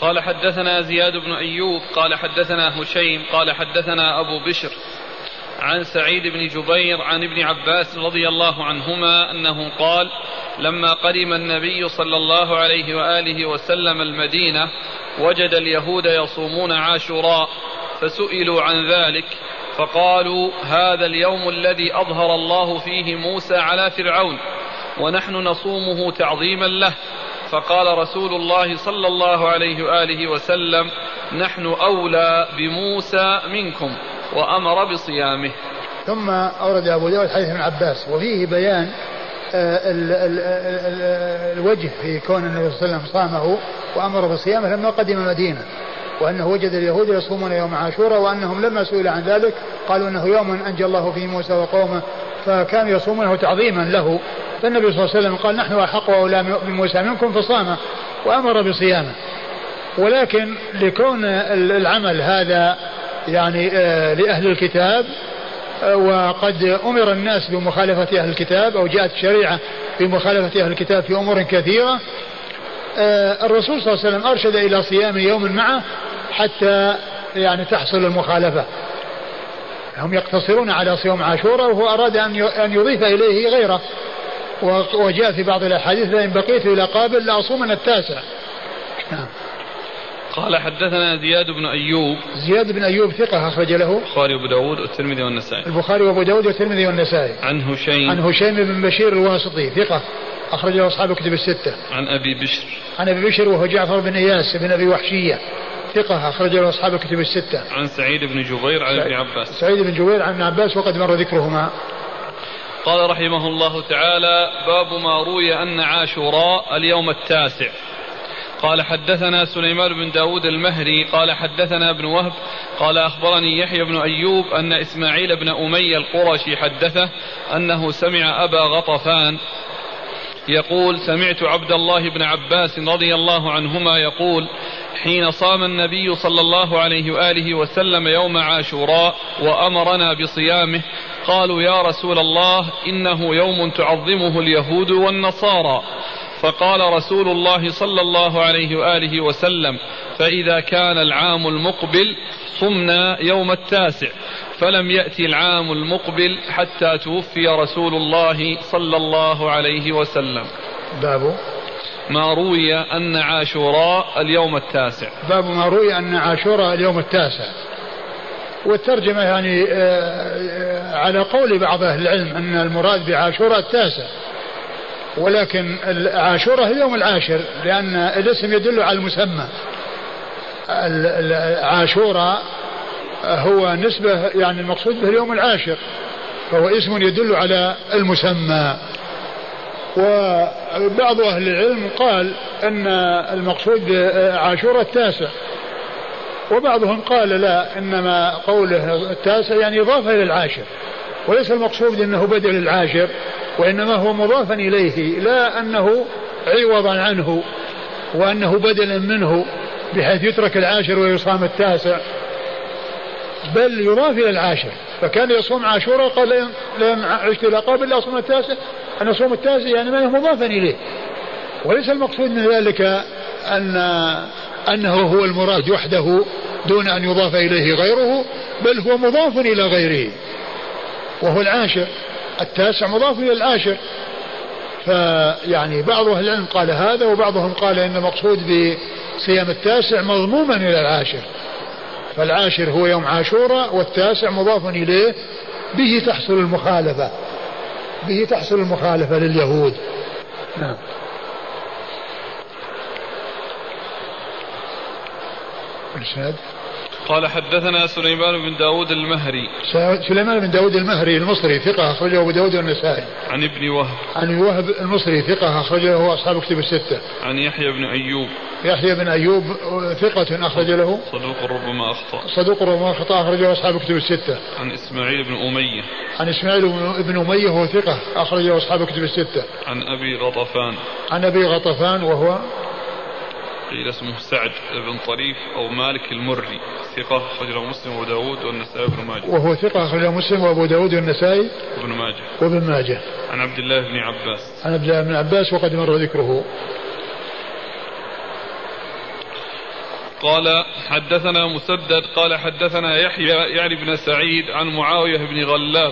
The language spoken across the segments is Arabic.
قال حدثنا زياد بن أيوب قال حدثنا هشيم قال حدثنا أبو بشر عن سعيد بن جبير عن ابن عباس رضي الله عنهما أنه قال لما قدم النبي صلى الله عليه وآله وسلم المدينة وجد اليهود يصومون عاشوراء فسئلوا عن ذلك فقالوا هذا اليوم الذي أظهر الله فيه موسى على فرعون ونحن نصومه تعظيما له. فقال رسول الله صلى الله عليه وآله وسلم نحن أولى بموسى منكم وأمر بصيامه. ثم أورد أبو داود حديث ابن عباس وفيه بيان الوجه في كون النبي صلى الله عليه وسلم صامه وأمر بصيامه لما قدم المدينة وأنه وجد اليهود يصومون يوم عاشوراء وأنهم لما سئل عن ذلك قالوا أنه يوم أنجى الله فيه موسى وقومه فكانوا يصومونه تعظيما له. فالنبي صلى الله عليه وسلم قال نحن أحق وأولى بموسى منكم فصامه وأمر بصيامه. ولكن لكون العمل هذا يعني لأهل الكتاب وقد أمر الناس بمخالفة أهل الكتاب أو جاءت الشريعة بمخالفة أهل الكتاب في أمور كثيرة الرسول صلى الله عليه وسلم أرشد إلى صيام يوم معه حتى يعني تحصل المخالفة. هم يقتصرون على صيام عاشوراء وهو أراد أن يضيف إليه غيره وجاء في بعض الأحاديث لئن بقيت إلى قابل لأصومن التاسع. قال حدثنا زياد بن أيوب. زياد بن أيوب ثقة أخرج له البخاري وأبو داود والترمذي والنسائي. البخاري وأبو داود والترمذي والنسائي. عن هشيم بن بشير الواسطي ثقة أخرج له أصحاب الكتب الستة. عن أبي بشر. عن أبي بشر وهو جعفر بن إياس بن أبي وحشية ثقة أخرج له أصحاب الكتب الستة. عن سعيد بن جبير عن ابن عباس. سعيد بن جبير عن ابن عباس وقد مر ذكرهما. قال رحمه الله تعالى باب ما روي أن عاشوراء اليوم التاسع. قال حدثنا سليمان بن داود المهري قال حدثنا ابن وهب قال أخبرني يحيى بن أيوب أن إسماعيل بن أمية القرشي حدثه أنه سمع أبا غطفان يقول سمعت عبد الله بن عباس رضي الله عنهما يقول حين صام النبي صلى الله عليه وآله وسلم يوم عاشوراء وأمرنا بصيامه قالوا يا رسول الله إنه يوم تعظمه اليهود والنصارى. فقال رسول الله صلى الله عليه وآله وسلم فإذا كان العام المقبل صمنا يوم التاسع. فلم يأتي العام المقبل حتى توفي رسول الله صلى الله عليه وسلم. باب ما روي أن عاشوراء اليوم التاسع. باب ما روي أن عاشوراء اليوم التاسع. والترجمة يعني على قول بعض أهل العلم أن المراد بعاشوراء التاسع ولكن عاشوراء هي اليوم العاشر لأن الاسم يدل على المسمى. عاشوراء هو نسبة يعني المقصود به اليوم العاشر فهو اسم يدل على المسمى. وبعض أهل العلم قال أن المقصود عاشوراء التاسع وبعضهم قال لا إنما قوله التاسع يعني إضافة إلى العاشر وليس المقصود أنه بدل العاشر وإنما هو مضافا إليه لا أنه عوضا عنه وأنه بدلا منه بحيث يترك العاشر ويصام التاسع بل يضاف إلى العاشر. فكان يصوم عاشوراء قال لن عشت إلى قابل لأصوم التاسع أن أصوم التاسع يعني ما هو مضافا إليه وليس المقصود من ذلك أنه هو المراد وحده دون أن يضاف إليه غيره بل هو مضاف إلى غيره وهو العاشر. التاسع مضاف إلى العاشر. فيعني بعض أهل العلم قال هذا وبعضهم قال إن المقصود بصيام التاسع مضموما إلى العاشر فالعاشر هو يوم عاشوراء والتاسع مضاف إليه به تحصل المخالفة لليهود. نعم. قال حدثنا سليمان بن داود المهري. سليمان بن داود المهري المصري ثقة أخرجه أبو داود والنسائي. عن ابن وهب. عن وهب المصري ثقة أخرجه أصحاب كتب الستة. عن يحيى بن أيوب. يحيى بن أيوب ثقة أخرج له. صدوق ربما أخطأ أخرجه أصحاب كتب الستة. عن إسماعيل بن أمية. عن إسماعيل بن أمية وهو ثقة أخرجه أصحاب كتب الستة. عن أبي غطفان. عن أبي غطفان وهو قيل اسمه سعد بن طريف أو مالك المري ثقة أخرجه مسلم وأبو داود والنسائي وابن ماجه. وهو ثقة أخرجه مسلم وأبو داود والنسائي وابن ماجه. عن عبد الله بن عباس. عن عبد الله بن عباس وقد مر ذكره. قال حدثنا مسدد قال حدثنا يحيى يعني بن سعيد عن معاوية بن غلاب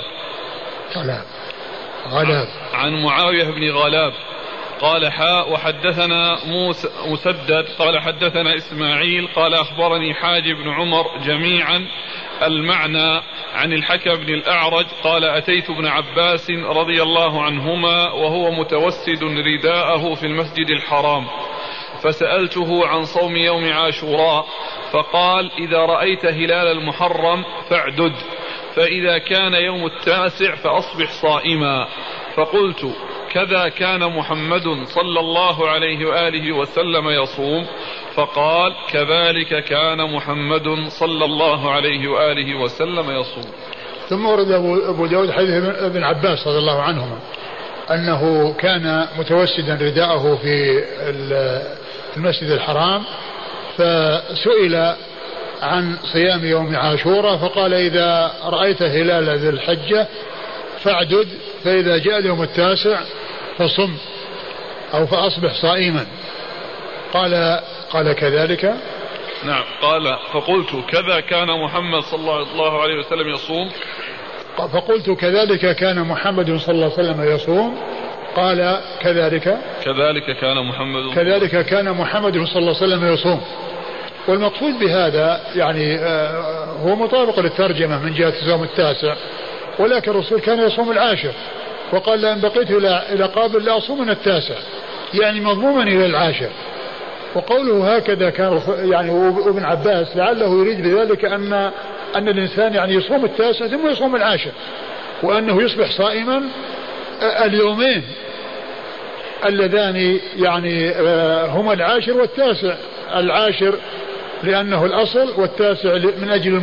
عن معاوية بن غلاب قال وحدثنا مسدد قال حدثنا إسماعيل قال أخبرني حاج بن عمر جميعا المعنى عن الحكم بن الأعرج قال أتيت ابن عباس رضي الله عنهما وهو متوسد رداءه في المسجد الحرام فسألته عن صوم يوم عاشوراء فقال إذا رأيت هلال المحرم فاعدد فإذا كان يوم 9 فأصبح صائما فقلت كذا كان محمد صلى الله عليه وآله وسلم يصوم فقال كذلك كان محمد صلى الله عليه وآله وسلم يصوم. ثم ورد أبو داود حديث ابن عباس رضي الله عنهما أنه كان متوسدا رداءه في المسجد الحرام فسئل عن صيام يوم عاشوراء فقال إذا رأيت هلال ذي الحجة فاعدد فإذا جاء اليوم 9 فصم أو فأصبح صائما. قال كذلك. نعم قال فقلت كذا كان محمد صلى الله عليه وسلم يصوم فقلت كذلك كان محمد صلى الله عليه وسلم يصوم قال كذلك كان محمد صلى الله عليه وسلم يصوم. والمقصود بهذا يعني هو مطابق للترجمة من جهة صوم 9 ولكن الرسول كان يصوم 10 وقال لأن بقيت إلى قابل لا أصوم من 9 يعني مضموما إلى 10. وقوله هكذا كان يعني ابن عباس لعله يريد بذلك أن الإنسان يعني يصوم 9 ثم يصوم 10 وأنه يصبح صائما اليومين اللذان يعني هما 10 و9. 10 لأنه الأصل و9 من أجل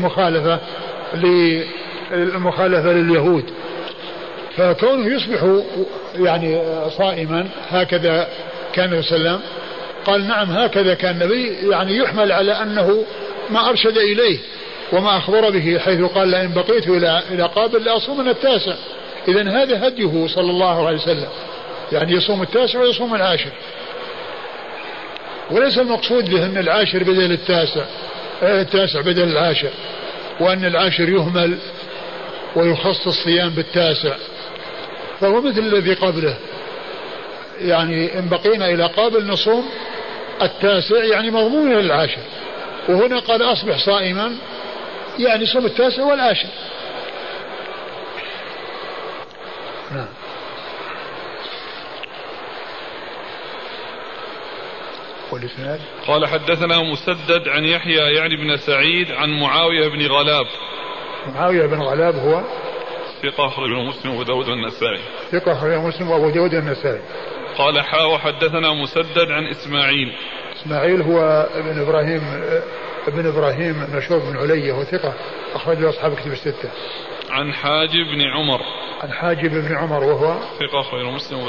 المخالفة لليهود. فكونه يصبح يعني صائما هكذا كان وسلم قال نعم هكذا كان النبي يعني يحمل على أنه ما أرشد إليه وما أخبر به حيث قال لئن بقيت إلى قابل لأصوم من 9. إذن هذا هديه صلى الله عليه وسلم يعني يصوم 9 ويصوم 10 وليس المقصود به أن 10 بدل 9 بدل 10 وأن 10 يهمل ويخص الصيام 9 فهو مثل الذي قبله يعني إن بقينا إلى قابل نصوم 9 يعني مضمون إلى 10 وهنا قال أصبح صائما يعني صوم 9 و10. نعم. قال حدثنا مسدد عن يحيى يعني بن سعيد عن معاوية بن غلاب. معاوية بن غلاب هو ثقة أخرجه مسلم وأبو داود والنسائي. ثقة أخرجه مسلم وأبو داود والنسائي. قال وحدثنا مسدد عن إسماعيل هو ابن إبراهيم مشهور بن علية وثقة أخرجه أصحاب كتب 6. عن حاجب بن عمر وهو ثقة أخرجه مسلم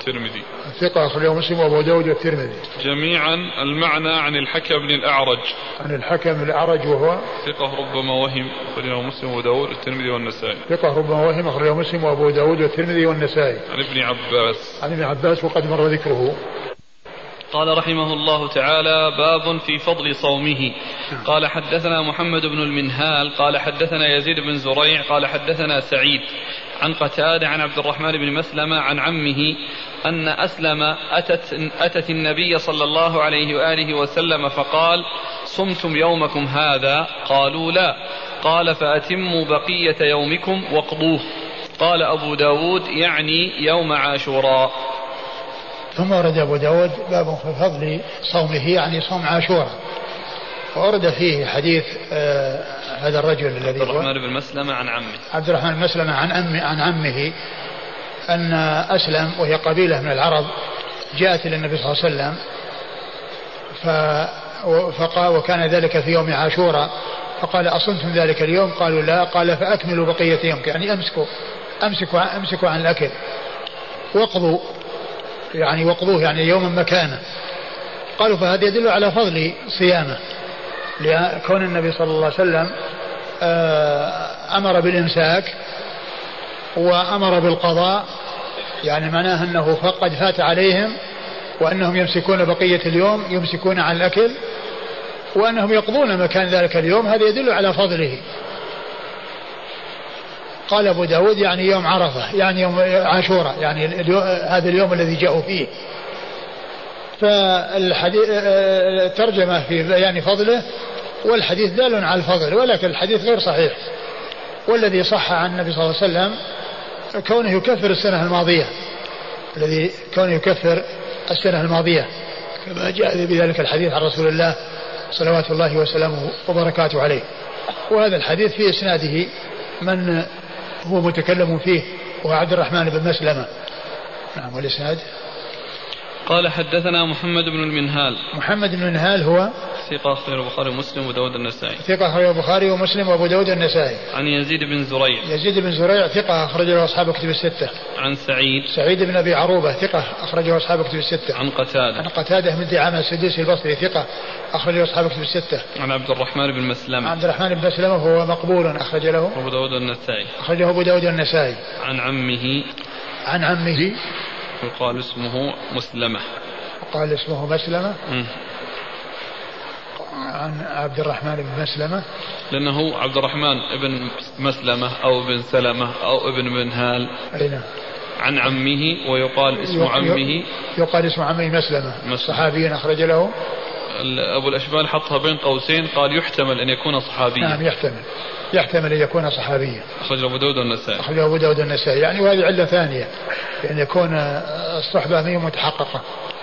وأبو داود والترمذي جميعا المعنى عن الحكم بن الأعرج وهو ثقة ربما وهم أخرجه مسلم وأبو داود والترمذي والنسائي. ثقة ربما وهم أخرجه مسلم وأبو داود والترمذي والنسائي. عن ابن عباس وقد مر ذكره. قال رحمه الله تعالى باب في فضل صومه. قال حدثنا محمد بن المنهال قال حدثنا يزيد بن زريع قال حدثنا سعيد عن قتادة عن عبد الرحمن بن مسلمة عن عمه أن أسلم أتت النبي صلى الله عليه وآله وسلم فقال صمتم يومكم هذا؟ قالوا لا. قال فأتموا بقية يومكم واقضوه. قال أبو داود يعني يوم عاشوراء. ثم ورد أبو داود باب في فضل صومه يعني صوم عاشوراء وورد فيه حديث هذا الرجل الذي عبد الرحمن بن مسلمة عن عمه أن أسلم وهي قبيلة من العرب جاءت إلى النبي صلى الله عليه وسلم وكان ذلك في يوم عاشوراء فقال أصمتم ذلك اليوم؟ قالوا لا. قال فأكملوا بقية يومك يعني أمسكوا عن الأكل واقضوه يعني يوما مكانه. قالوا فهذا يدل على فضل صيامه لكون النبي صلى الله عليه وسلم أمر بالإمساك وأمر بالقضاء يعني معناه أنه قد فات عليهم وأنهم يمسكون بقية اليوم يمسكون عن الأكل وأنهم يقضون مكان ذلك اليوم، هذا يدل على فضله. قال أبو داود يعني يوم عرفة، يعني يوم عاشوراء، يعني هذا اليوم الذي جاءوا فيه. فالحديث ترجمة في بيان فضله، والحديث دال على الفضل، ولكن الحديث غير صحيح. والذي صح عن النبي صلى الله عليه وسلم كونه يكفر السنة الماضية، الذي كونه يكفر السنة الماضية، كما جاء بذلك الحديث عن رسول الله صلوات الله وسلامه وبركاته عليه. وهذا الحديث في إسناده من هو متكلم فيه، وهو عبد الرحمن بن مسلمة. نعم. والإسناد قال حدثنا محمد بن المنهال. محمد بن المنهال هو ثقة أخرجه البخاري ومسلم وأبو داود النسائي. ثقة أخرجه البخاري ومسلم وأبو داود النسائي. عن يزيد بن زريع. يزيد بن زريع ثقة أخرجه أصحاب كتب الستة. عن سعيد بن أبي عروبة ثقة أخرجه أصحاب كتب الستة. عن قتادة من دعامة السدوسي البصري ثقة أخرجه أصحاب كتب الستة. عن عبد الرحمن بن مسلمة. عبد الرحمن بن مسلمة هو مقبول، أخرج له أبو داود النسائي. أخرجه أبو داود النسائي. عن عمه يقال اسمه مسلمة. قال اسمه مسلمة. عن عبد الرحمن بن مسلمة، لأنه عبد الرحمن ابن مسلمة أو ابن سلمة أو ابن منهال. عن عمه ويقال اسم عمه، يقال اسم عمه مسلمة. صحابي أخرج له. أبو الأشبال حطها بين قوسين، قال يحتمل أن يكون صحابيا. نعم يحتمل أن يكون صحابيا. أخرج أبو داود النسائي. أخرج أبو داود النسائي، يعني وهذه علة ثانية، لأن يكون الصحبة هي متحققة.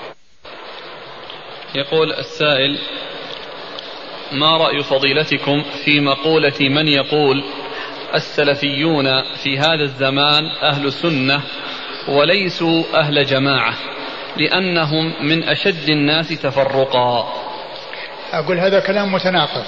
يقول السائل: ما رأي فضيلتكم في مقولة من يقول السلفيون في هذا الزمان أهل سنة وليسوا أهل جماعة لأنهم من أشد الناس تفرقا؟ أقول هذا كلام متناقض،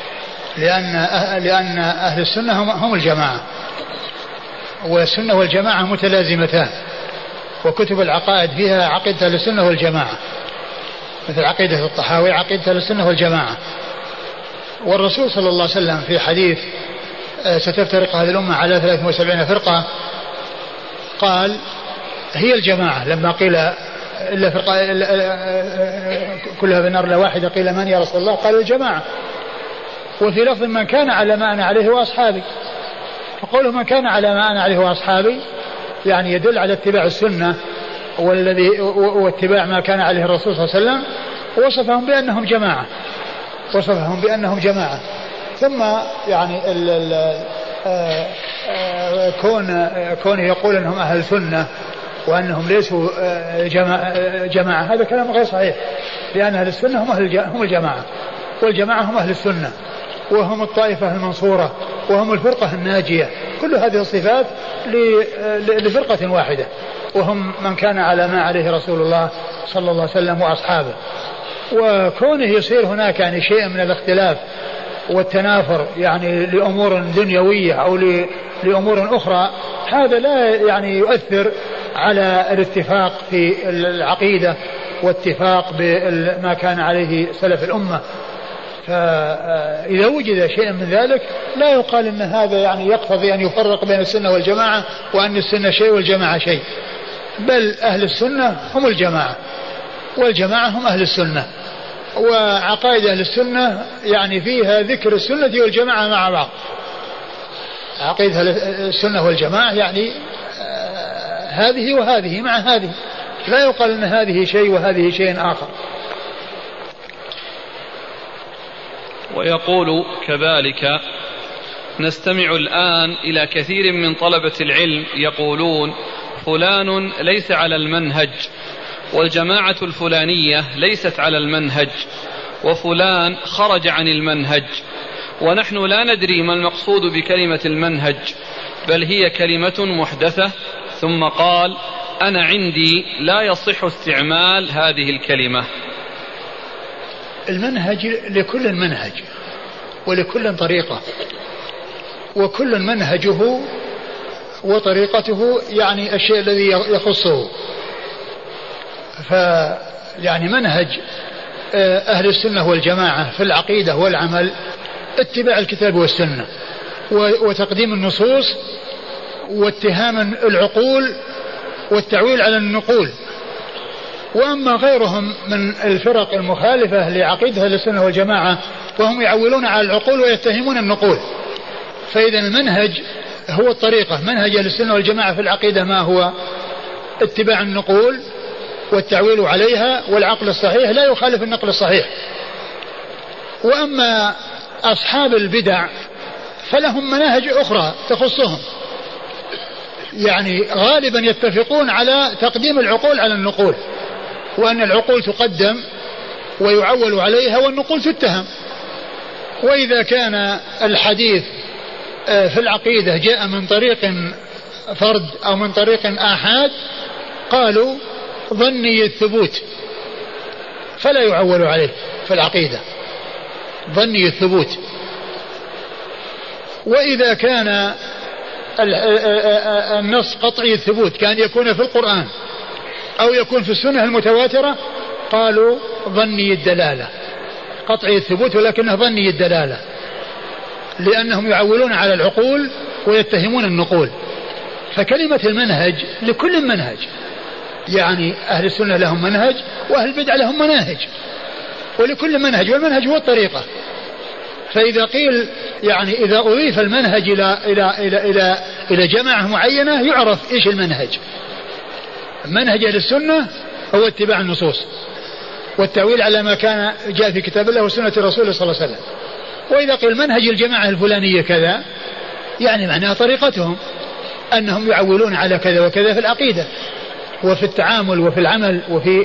لأن أهل السنة هم الجماعة، والسنة والجماعة متلازمتان، وكتب العقائد فيها عقيدة أهل السنة والجماعة، مثل عقيدة الطحاوي عقيدة أهل السنة والجماعة. والرسول صلى الله عليه وسلم في حديث ستفترق هذه الأمة على 73 فرقة قال هي الجماعة، لما قيل إلا فرقة كلها في النار إلا واحدة، قيل من يا رسول الله؟ قال الجماعة. وفي لفظ من كان على ما أنا عليه وأصحابي، فقوله من كان على ما أنا عليه وأصحابي يعني يدل على اتباع السنة واتباع ما كان عليه الرسول صلى الله عليه وسلم، ووصفهم بأنهم جماعة. ثم يعني كون يقول أنهم أهل سنة وأنهم ليسوا جماعة، هذا كلام غير صحيح، لأن أهل السنة هم الجماعة، والجماعة هم أهل السنة، وهم الطائفة المنصورة، وهم الفرقة الناجية. كل هذه الصفات لفرقة واحدة، وهم من كان على ما عليه رسول الله صلى الله عليه وسلم وأصحابه. وكونه يصير هناك يعني شيء من الاختلاف والتنافر يعني لأمور دنيوية أو لأمور أخرى، هذا لا يعني يؤثر على الاتفاق في العقيدة واتفاق بما كان عليه سلف الأمة. فإذا وجد شيء من ذلك لا يقال أن هذا يعني يقتضي أن يفرق بين السنة والجماعة، وأن السنة شيء والجماعة شيء، بل أهل السنة هم الجماعة، والجماعة هم أهل السنة. وعقائد أهل السنة يعني فيها ذكر السنة والجماعة مع بعض. عقيدة السنة والجماعة يعني هذه وهذه مع هذه، لا يقال أن هذه شيء وهذه شيء آخر. ويقول كذلك: نستمع الآن إلى كثير من طلبة العلم يقولون فلان ليس على المنهج، والجماعة الفلانية ليست على المنهج، وفلان خرج عن المنهج، ونحن لا ندري ما المقصود بكلمة المنهج، بل هي كلمة محدثة. ثم قال: أنا عندي لا يصح استعمال هذه الكلمة. المنهج لكل منهج ولكل طريقة، وكل منهجه وطريقته يعني الشيء الذي يخصه. فيعني منهج أهل السنة والجماعة في العقيدة والعمل اتباع الكتاب والسنة، وتقديم النصوص، واتهام العقول، والتعويل على النقول، وأما غيرهم من الفرق المخالفة لعقيدة السنة والجماعة وهم يعولون على العقول ويتهمون النقول. فإذا المنهج هو الطريقة، منهج السنة والجماعة في العقيدة ما هو؟ اتباع النقول والتعويل عليها، والعقل الصحيح لا يخالف النقل الصحيح. وأما أصحاب البدع فلهم مناهج أخرى تخصهم، يعني غالبا يتفقون على تقديم العقول على النقول، وأن العقول تقدم ويعول عليها والنقول تتهم. وإذا كان الحديث في العقيدة جاء من طريق فرد أو من طريق آحاد قالوا ظني الثبوت فلا يعول عليه في العقيدة، ظني الثبوت. وإذا كان النص قطعي الثبوت كان يكون في القرآن أو يكون في السنة المتواترة قالوا ظني الدلالة، قطعي الثبوت ولكنه ظني الدلالة، لأنهم يعولون على العقول ويتهمون النقول. فكلمة المنهج لكل منهج، يعني أهل السنة لهم منهج وأهل البدع لهم مناهج، ولكل منهج، والمنهج هو الطريقة. فإذا قيل يعني إذا أضيف المنهج إلى جماعة معينة يعرف إيش المنهج. منهج أهل السنة هو اتباع النصوص والتعويل على ما كان جاء في كتاب الله وسنة رسوله صلى الله عليه وسلم. وإذا قيل منهج الجماعة الفلانية كذا يعني معناها طريقتهم أنهم يعولون على كذا وكذا في العقيدة وفي التعامل وفي العمل وفي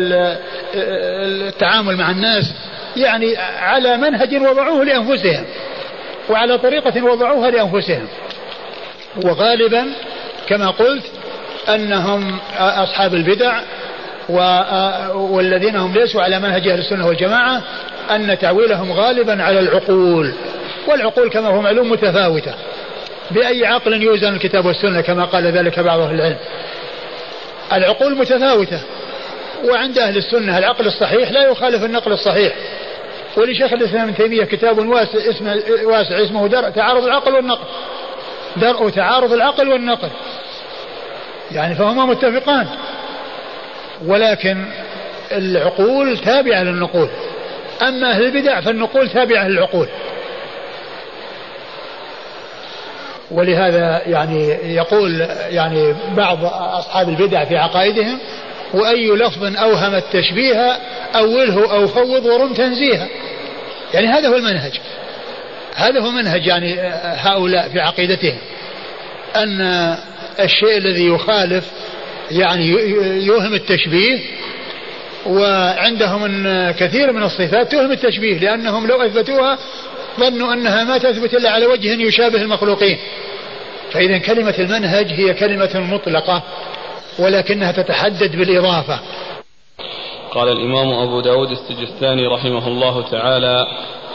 التعامل مع الناس، يعني على منهج وضعوه لأنفسهم وعلى طريقة وضعوها لأنفسهم. وغالبا كما قلت أنهم أصحاب البدع والذين هم ليسوا على منهج أهل السنة والجماعة أن تعويلهم غالبا على العقول، والعقول كما هو معلوم متفاوتة، بأي عقل يوزن الكتاب والسنة كما قال ذلك بعض أهل العلم. العقول متفاوتة، وعند أهل السنة العقل الصحيح لا يخالف النقل الصحيح. ولشيخ الإسلام ابن تيمية كتاب واسع اسمه درء تعارض العقل والنقل، درء تعارض العقل والنقل، يعني فهما متفقان، ولكن العقول تابعة للنقول. أما أهل البدع فالنقول تابعة للعقول. ولهذا يعني يقول يعني بعض أصحاب البدع في عقائدهم وأي لفظ أوهم التشبيه أوله أو فوض ورم تنزيها. يعني هذا هو المنهج، هذا هو منهج يعني هؤلاء في عقيدتهم، أن الشيء الذي يخالف يعني يوهم التشبيه. وعندهم أن كثير من الصفات توهم التشبيه، لأنهم لو أثبتوها ظنوا أنها ما تثبت إلا على وجه يشابه المخلوقين. فإذا كلمة المنهج هي كلمة مطلقة ولكنها تتحدد بالإضافة. قال الإمام أبو داود السجستاني رحمه الله تعالى: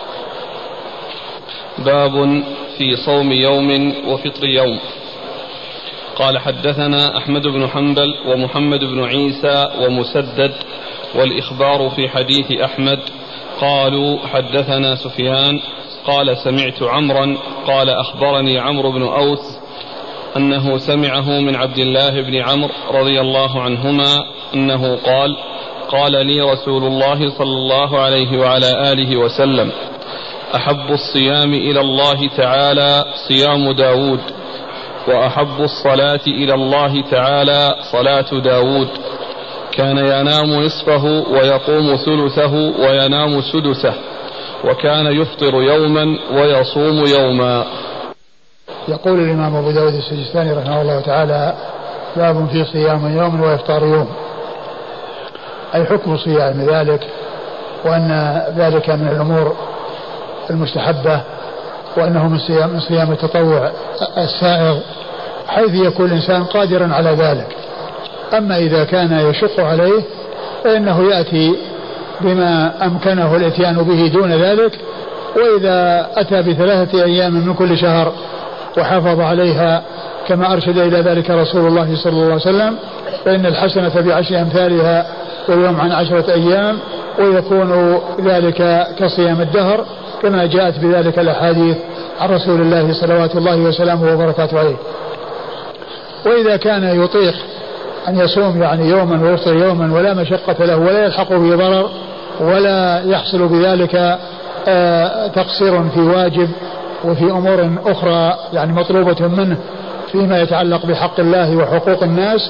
باب في صوم يوم وفطر يوم. قال: حدثنا أحمد بن حنبل ومحمد بن عيسى ومسدد، والإخبار في حديث أحمد. قالوا: حدثنا سفيان قال: سمعت عمرا قال: أخبرني عمرو بن أوس أنه سمعه من عبد الله بن عمرو رضي الله عنهما أنه قال: قال لي رسول الله صلى الله عليه وعلى آله وسلم: أحب الصيام إلى الله تعالى صيام داود، وأحب الصلاة إلى الله تعالى صلاة داود، كان ينام نصفه ويقوم ثلثه وينام سدسه، وكان يفطر يوما ويصوم يوما. يقول الإمام أبو داود السجستاني رحمه الله تعالى: باب في صيام يوم وإفطار يوم، أي حكم صيام ذلك، وأن ذلك من الأمور المستحبة، وأنه من صيام التطوع السائغ حيث يكون الإنسان قادرا على ذلك. أما إذا كان يشق عليه فإنه يأتي بما أمكنه الاتيان به دون ذلك، وإذا أتى ب3 أيام من كل شهر وحافظ عليها كما أرشد إلى ذلك رسول الله صلى الله عليه وسلم فإن الحسنة ب10 أمثالها ويوم عن 10 أيام، ويكون ذلك كصيام الدهر كما جاءت بذلك الأحاديث عن رسول الله صلوات الله وسلامه وبركاته عليه. وإذا كان يطيق أن يصوم يعني يوما ويفطر يوما ولا مشقة له ولا يلحقه به ضرر ولا يحصل بذلك تقصير في واجب وفي أمور أخرى يعني مطلوبة منه فيما يتعلق بحق الله وحقوق الناس،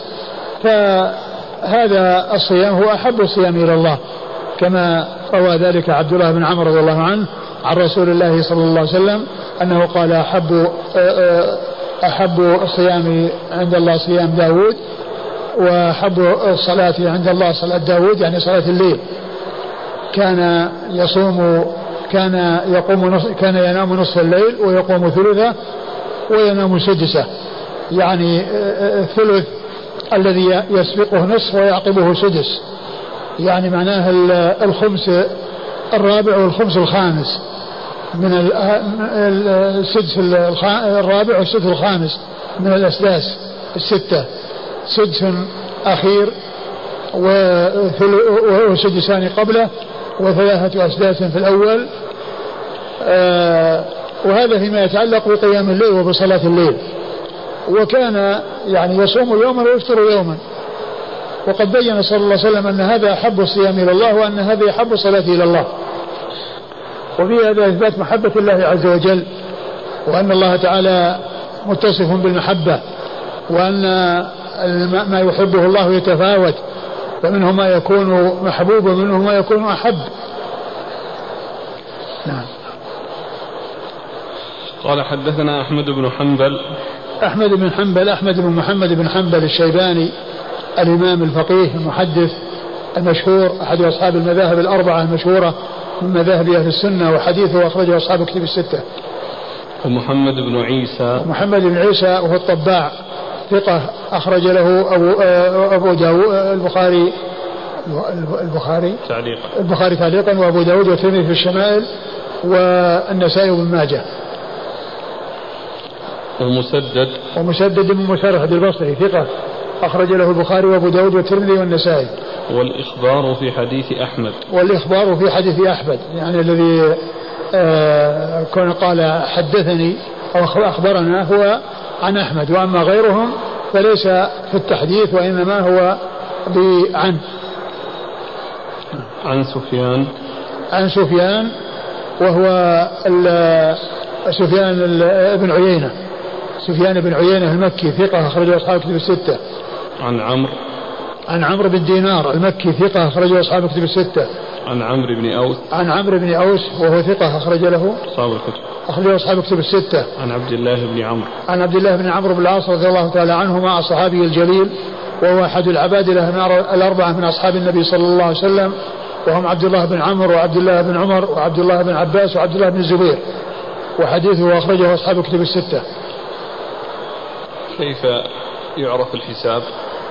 فهذا الصيام هو أحب الصيام إلى الله، كما روى ذلك عبد الله بن عمرو رضي الله عنه عن رسول الله صلى الله عليه وسلم أنه قال أحب الصيام عند الله صيام داود، وأحب الصلاة عند الله صلاة داود يعني صلاة الليل، كان ينام نصف الليل ويقوم ثلثه وينام سدسه، يعني الثلث الذي يسبقه نصف ويعقبه سدس، يعني معناه الخمس الرابع والخمس الخامس من السدس الرابع والسدس الخامس من الأسداس الستة، سدس أخير وسدسان قبله وثلاثة أسداس في الأول، وهذا فيما يتعلق بقيام الليل وبصلاة الليل. وكان يعني يصوم يوما ويفطر يوما، وقد بين صلى الله عليه وسلم أن هذا أحب الصيام إلى الله وأن هذا أحب الصلاة إلى الله، وفي هذا إثبات محبة الله عز وجل، وأن الله تعالى متصف بالمحبة، وأن ما يحبه الله يتفاوت، فمنه ما يكون محبوب ومنه ما يكون أحب. نعم. قال حدثنا أحمد بن حنبل أحمد بن محمد بن حنبل الشيباني الإمام الفقيه المحدث المشهور أحد أصحاب المذاهب الأربعة المشهورة من مذاهب أهل السنة، وحديثه أخرجه أصحاب كتب الستة. ومحمد بن عيسى وهو الطباع ثقة أخرج له أبو داود البخاري تعليقا وأبو داود والترمذي في الشمائل والنسائي وابن ماجه. ومسدد بن مسرهد البصري ثقة أخرج له البخاري وأبو داود والترمذي والنسائي. والإخبار في حديث أحمد يعني الذي كان قال حدثني أو أخبرنا هو عن أحمد، وأما غيرهم فليس في التحديث وإنما هو عن سفيان وهو سفيان بن عيينة المكي ثقة أخرجه أصحاب كتب الستة. عن عمرو بن دينار المكي ثقة أخرجه أصحاب كتب الستة. عن عمرو بن أوس وهو ثقة أخرج له أصحاب كتب الستة. عن عبد الله بن عمرو بن العاص رضي الله تعالى عنهما الصحابي الجليل، وهو أحد العبادلة الأربعة من أصحاب النبي صلى الله عليه وسلم، وهم عبد الله بن عمرو وعبد الله بن عمر وعبد الله بن عباس وعبد الله بن الزبير، وحديثه أخرجه أصحاب كتب الستة. كيف يعرف الحساب؟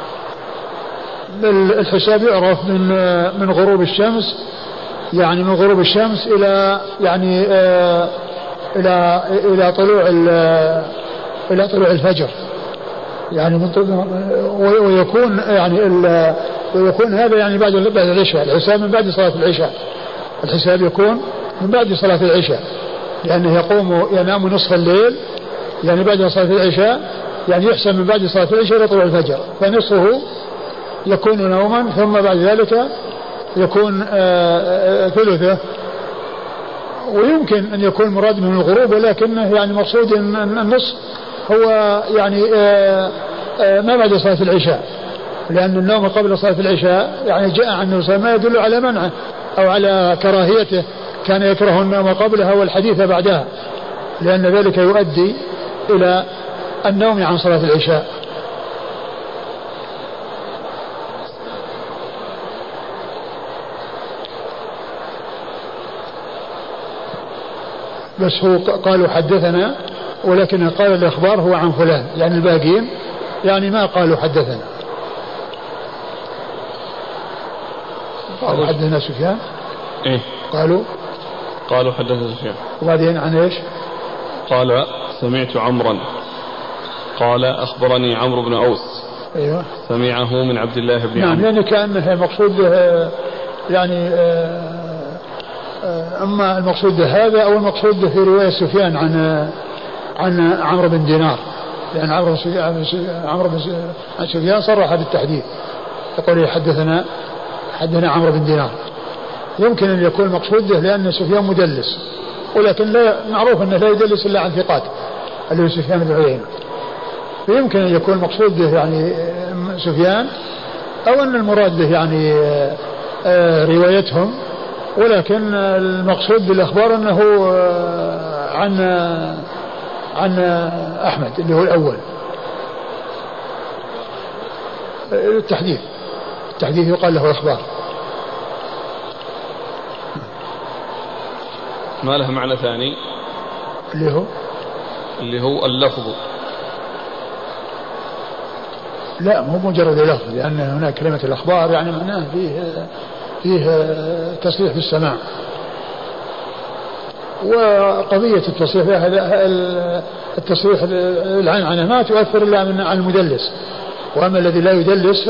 الحساب يعرف من غروب الشمس، يعني من غروب الشمس إلى يعني إلى طلوع الفجر، يعني ويكون هذا يعني بعد العشاء. الحساب من بعد صلاة العشاء، الحساب يكون من بعد صلاة العشاء، لأنه ينام نصف الليل يعني بعد صلاة العشاء، يعني يحسب من بعد صلاة العشاء إلى طلوع الفجر، فنصفه يكون نوما، ثم بعد ذلك يكون ثلثه، ويمكن أن يكون مراد من الغروب، ولكنه يعني مقصود أن النصف هو يعني ما بعد صلاة العشاء، لأن النوم قبل صلاة العشاء يعني جاء عن النبي ما يدل على منعه أو على كراهيته، كان يكره النوم قبلها والحديث بعدها، لأن ذلك يؤدي إلى النوم عن صلاة العشاء. بس هو قالوا حدثنا، ولكن قال الإخبار هو عن فلان، يعني الباقين يعني ما قالوا حدثنا. قالوا حدثنا سفيان، قالوا حدثنا سفيان، وبعدين عن ايش؟ قال سمعت عمرا قال أخبرني عمرو بن أوس. أيوة. سمعه من عبد الله بن عمرو. نعم، يعني كأنه مقصود يعني أما المقصود هذا أو المقصود في رواية سفيان عن عمرو بن دينار، لأن عمرو بن سفيان صرح بالتحديث، يقول حدثنا عمرو بن دينار. يمكن أن يكون مقصود به لأن سفيان مدلس، ولكن لا معروف أنه لا يدلس إلا عن ثقات اللي هو سفيان بن عيينة، فيمكن أن يكون مقصود به يعني سفيان، أو أن المراد به يعني روايتهم، ولكن المقصود بالأخبار أنه عن أحمد اللي هو الأول. التحديث يقال له أخبار. ما له معنى ثاني اللي هو اللفظ؟ لا، مو مجرد اللفظ، لأن هناك كلمة الأخبار يعني معناه فيه تصريح بالسماع، وقضية التصريح التصريح العنعنة ما تؤثر إلا عن المدلس، وأما الذي لا يدلس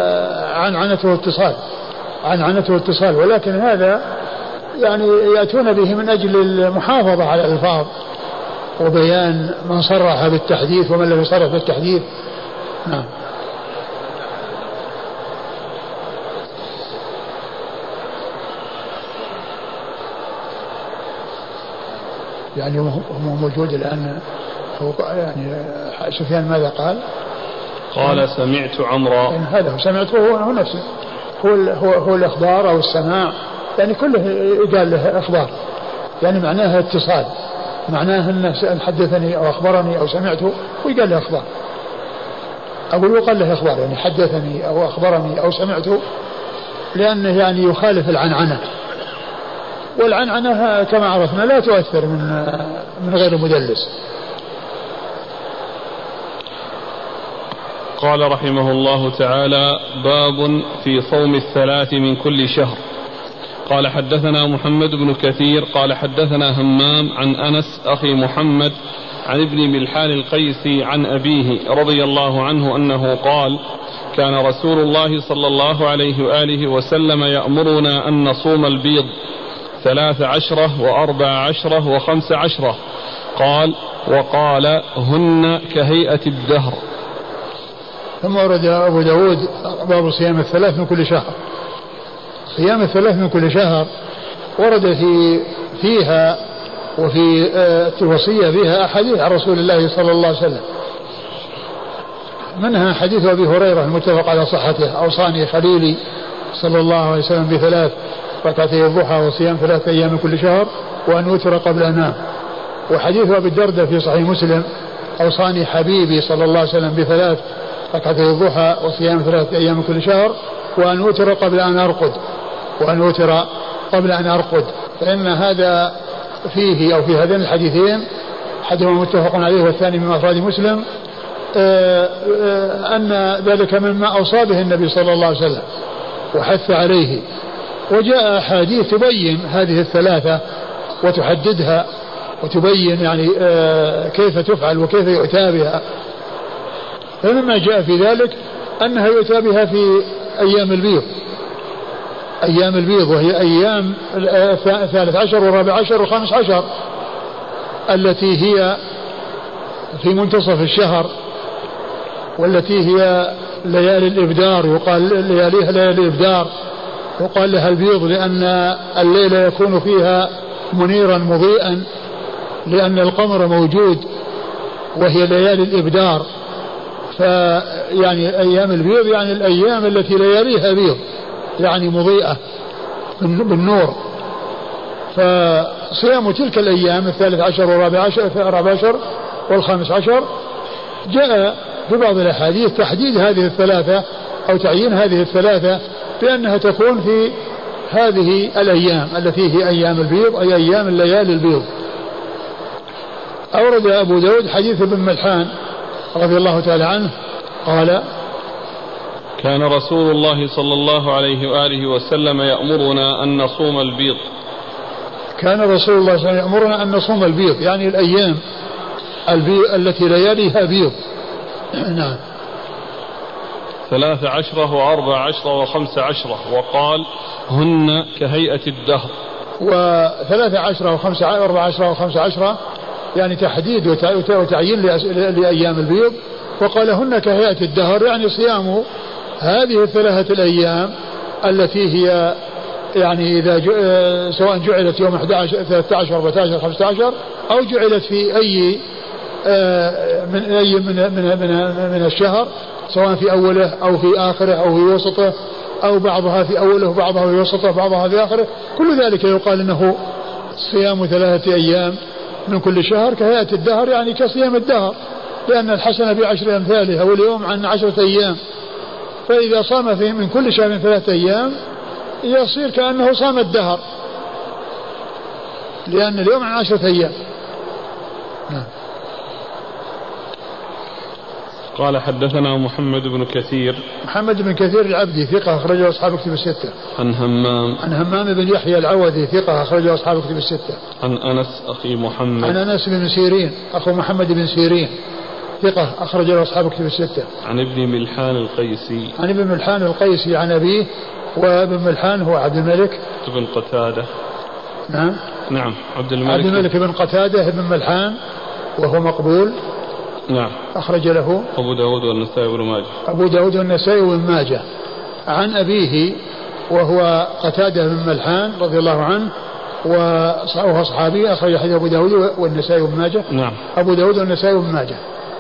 عنعنته اتصال، ولكن هذا يعني يأتون به من أجل المحافظة على الألفاظ وبيان من صرح بالتحديث ومن لم يصرح بالتحديث. نعم. يعني هو موجود الآن، هو يعني سفيان ماذا قال سمعت عمرا، يعني هذا هو سمعته هو نفسه، هو الأخبار أو السماع، يعني كله يقال له أخبار، يعني معناها اتصال، معناها أن حدثني أو أخبرني أو سمعته ويقال له أخبار، أقول وقال له أخبار، يعني حدثني أو أخبرني أو سمعته، لأنه يعني يخالف العنعنة، والعنعنة كما عرفنا لا تؤثر من غير مدلس. قال رحمه الله تعالى: باب في صوم الثلاث من كل شهر. قال حدثنا محمد بن كثير قال حدثنا همام عن أنس أخي محمد عن ابن ملحان القيسي عن أبيه رضي الله عنه أنه قال: كان رسول الله صلى الله عليه وآله وسلم يأمرنا أن نصوم البيض 13 و14 و15. قال: وقال: هن كهيئة الدهر. ثم ورد أبو داود باب صيام الثلاث من كل شهر. صيام الثلاث من كل شهر ورد فيها وفي الوصية فيها أحاديث عن رسول الله صلى الله عليه وسلم، منها حديث أبي هريرة المتفق على صحته: أوصاني خليلي صلى الله عليه وسلم ب3 ركعتي الضحى وصيام 3 أيام من كل شهر وأن أوتر قبل أنام. وحديث أبي الدرداء في صحيح مسلم: أوصاني حبيبي صلى الله عليه وسلم ب3 ركعتي الضحى وصيام 3 أيام من كل شهر وأن أوتر قبل أن أرقد. فإن هذا فيه أو في هذين الحديثين، أحدهما متفق عليه والثاني من أفراد مسلم، أن ذلك مما أوصى به النبي صلى الله عليه وسلم وحث عليه. وجاء أحاديث تبين هذه الثلاثة وتحددها وتبين يعني كيف تفعل وكيف يؤتى بها. فمما جاء في ذلك أنها يؤتى بها في أيام البيض وهي أيام 13 و14 و15 التي هي في منتصف الشهر، والتي هي ليالي الإبدار، يقال لياليها ليالي الإبدار، يقال لها البيض لأن الليل يكون فيها منيرا مضيئا لأن القمر موجود، وهي ليالي الإبدار. فيعني أيام البيض يعني الأيام التي لياليها بيض، يعني مضيئة بالنور. فصيام تلك الأيام 13 و14 و15 جاء ببعض الأحاديث تحديد هذه الثلاثة أو تعيين هذه الثلاثة بأنها تكون في هذه الأيام التي هي أيام البيض، أي أيام الليالي البيض. أورد أبو داود حديث ابن ملحان رضي الله تعالى عنه قال: كان رسول الله صلى الله عليه وآله وسلم يأمرنا أن نصوم البيض. كان رسول الله صلى الله عليه وسلم يأمرنا أن نصوم البيض، يعني الأيام التي لياليها بيض. نعم. 13 و14 و15. وقال: هن كهيئة الدهر. و13 و14 و15 يعني تحديد وتعيين لأيام البيض، وقالهن كهيئة الدهر، يعني صيام هذه الثلاثة الأيام التي هي يعني إذا سواء جعلت يوم 11 13 14 15 أو جعلت في أي من الشهر، سواء في أوله أو في آخره أو في وسطه أو بعضها في أوله وبعضها في وسطه وبعضها في آخره، كل ذلك يقال إنه صيام 3 أيام من كل شهر كهيئة الدهر، يعني كصيام الدهر، لأن الحسنة ب10 أمثالها واليوم عن 10 أيام، فإذا صام فيه من كل شهر 3 أيام يصير كأنه صام الدهر، لأن اليوم عن 10 أيام. قال حدثنا محمد بن كثير. محمد بن كثير العبدي ثقة أخرجه أصحاب كتب الستة. عن همام بن يحيى العوذي ثقة أخرجه أصحاب كتب الستة. عن أنس أخي محمد. عن أنس بن سيرين أخو محمد بن سيرين ثقة أخرجه أصحاب كتب الستة. عن ابن ملحان القيسي. عن ابن ملحان القيسي عن أبيه، وابن ملحان هو عبد الملك بن قتادة. نعم عبد الملك بن قتادة بن ملحان وهو مقبول. نعم. أخرج له أبو داود والنسائي وابن ماجه. أبو داود والنسائي وابن ماجه. عن أبيه وهو قتادة بن ملحان رضي الله عنه وهو صحابي، أخرج حديث أبو داود والنسائي وابن ماجه. نعم. أبو داود والنسائي وابن ماجه.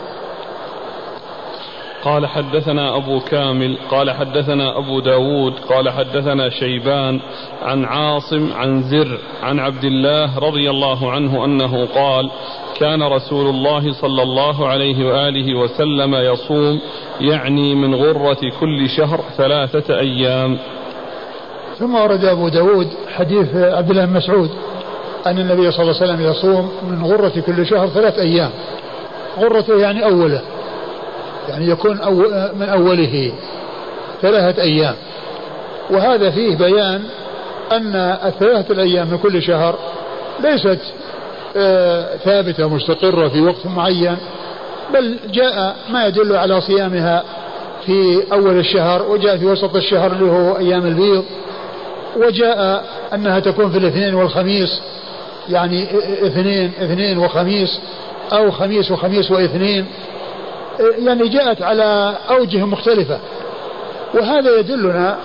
قال حدثنا أبو كامل قال حدثنا أبو داود قال حدثنا شيبان عن عاصم عن زر عن عبد الله رضي الله عنه أنه قال: كان رسول الله صلى الله عليه وآله وسلم يصوم، يعني من غرة كل شهر 3 أيام. ثم ورد أبو داود حديث عبد الله بن مسعود أن النبي صلى الله عليه وسلم يصوم من غرة كل شهر 3 أيام. غرته يعني أوله، يعني يكون من أوله 3 أيام. وهذا فيه بيان أن 3 الأيام من كل شهر ليست ثابتة مستقرة في وقت معين، بل جاء ما يدل على صيامها في أول الشهر، وجاء في وسط الشهر اللي هو أيام البيض، وجاء أنها تكون في الاثنين والخميس، يعني اثنين وخميس أو خميس وخميس واثنين، يعني جاءت على أوجه مختلفة. وهذا يدلنا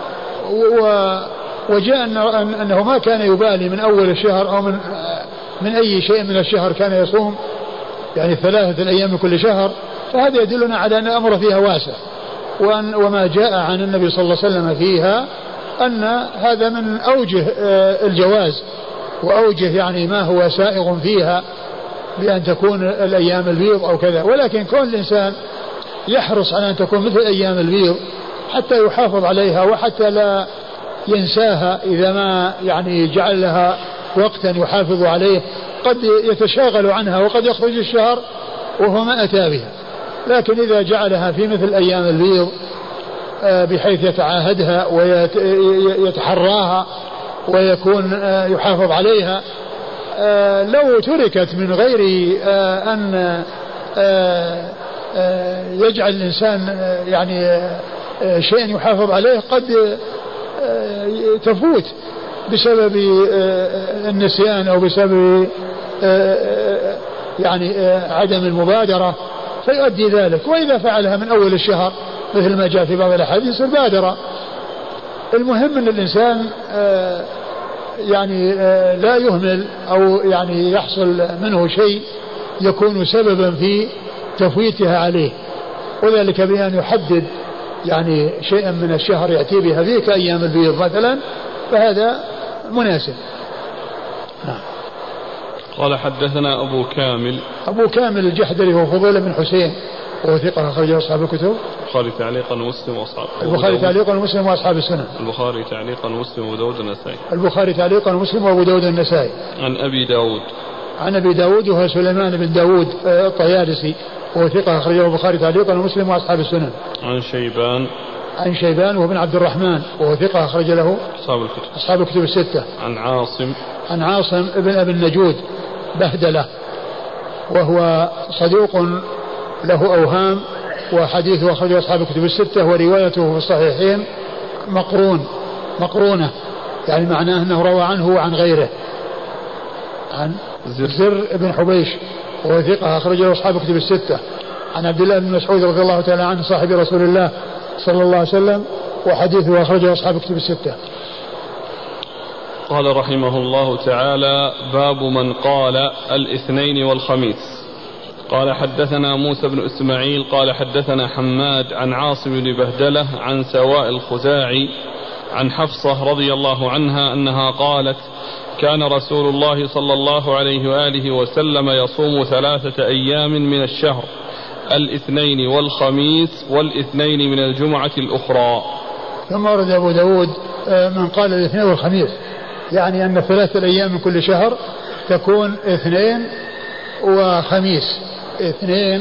وجاء أنه ما كان يبالي من أول الشهر أو من أي شيء من الشهر كان يصوم، يعني 3 الأيام من كل شهر. فهذا يدلنا على أن الأمر فيها واسع، وما جاء عن النبي صلى الله عليه وسلم فيها أن هذا من أوجه الجواز وأوجه يعني ما هو سائغ فيها بأن تكون الأيام البيض أو كذا. ولكن كون الإنسان يحرص على أن تكون مثل أيام البيض حتى يحافظ عليها وحتى لا ينساها، إذا ما يعني جعل لها وقتا يحافظ عليه قد يتشاغل عنها وقد يخرج الشهر وهو ما أتى بها. لكن إذا جعلها في مثل أيام البيض بحيث يتعاهدها ويتحراها ويكون يحافظ عليها، لو تركت من غير أن يجعل الإنسان يعني شيء يحافظ عليه قد تفوت بسبب النسيان أو بسبب يعني عدم المبادرة فيؤدي ذلك. وإذا فعلها من أول الشهر مثل ما جاء في بعض الأحاديث بادرة. المهم أن الإنسان يعني لا يهمل أو يعني يحصل منه شيء يكون سببا في تفويتها عليه، وذلك بأن يحدد يعني شيئا من الشهر يأتي بها فيه كأيام البيض مثلا، فهذا مناسب. قال حدثنا أبو كامل الجحدري هو فضيل بن حسين وهو ثقة أخرجه أصحاب الكتب. البخاري تعليقا ومسلم وأصحاب البخاري تعليقا ومسلم وأصحاب السنن. البخاري تعليقا ومسلم وأبو داود النسائي. البخاري تعليقا ومسلم وأبو داود النسائي. عن أبي داود وهو سليمان بن داود الطيالسي وهو ثقة أخرجه البخاري تعليقا ومسلم وأصحاب السنن. عن شيبان وهو بن عبد الرحمن وهو ثقة أخرج له أصحاب الكتب الستة. عن عاصم ابن أبي النجود بهدلة وهو صدوق له أوهام، وحديثه أخرجه أصحاب الكتب الستة، وروايته في الصحيحين مقرونة، يعني معناه أنه روى عنه وعن غيره. عن زر بن حبيش وهو ثقة أخرجه أصحاب كتب الستة. عن عبد الله بن مسعود رضي الله تعالى عنه صاحب رسول الله صلى الله عليه وسلم وحديثه أخرجه أصحاب كتب الستة. قال رحمه الله تعالى: باب من قال الاثنين والخميس. قال حدثنا موسى بن إسماعيل قال حدثنا حماد عن عاصم بن بهدلة عن سواء الخزاعي عن حفصة رضي الله عنها أنها قالت: كان رسول الله صلى الله عليه وآله وسلم يصوم 3 أيام من الشهر، الاثنين والخميس والاثنين من الجمعة الأخرى. ثم ورد أبو داود من قال الاثنين والخميس، يعني أن 3 أيام من كل شهر تكون اثنين وخميس. اثنين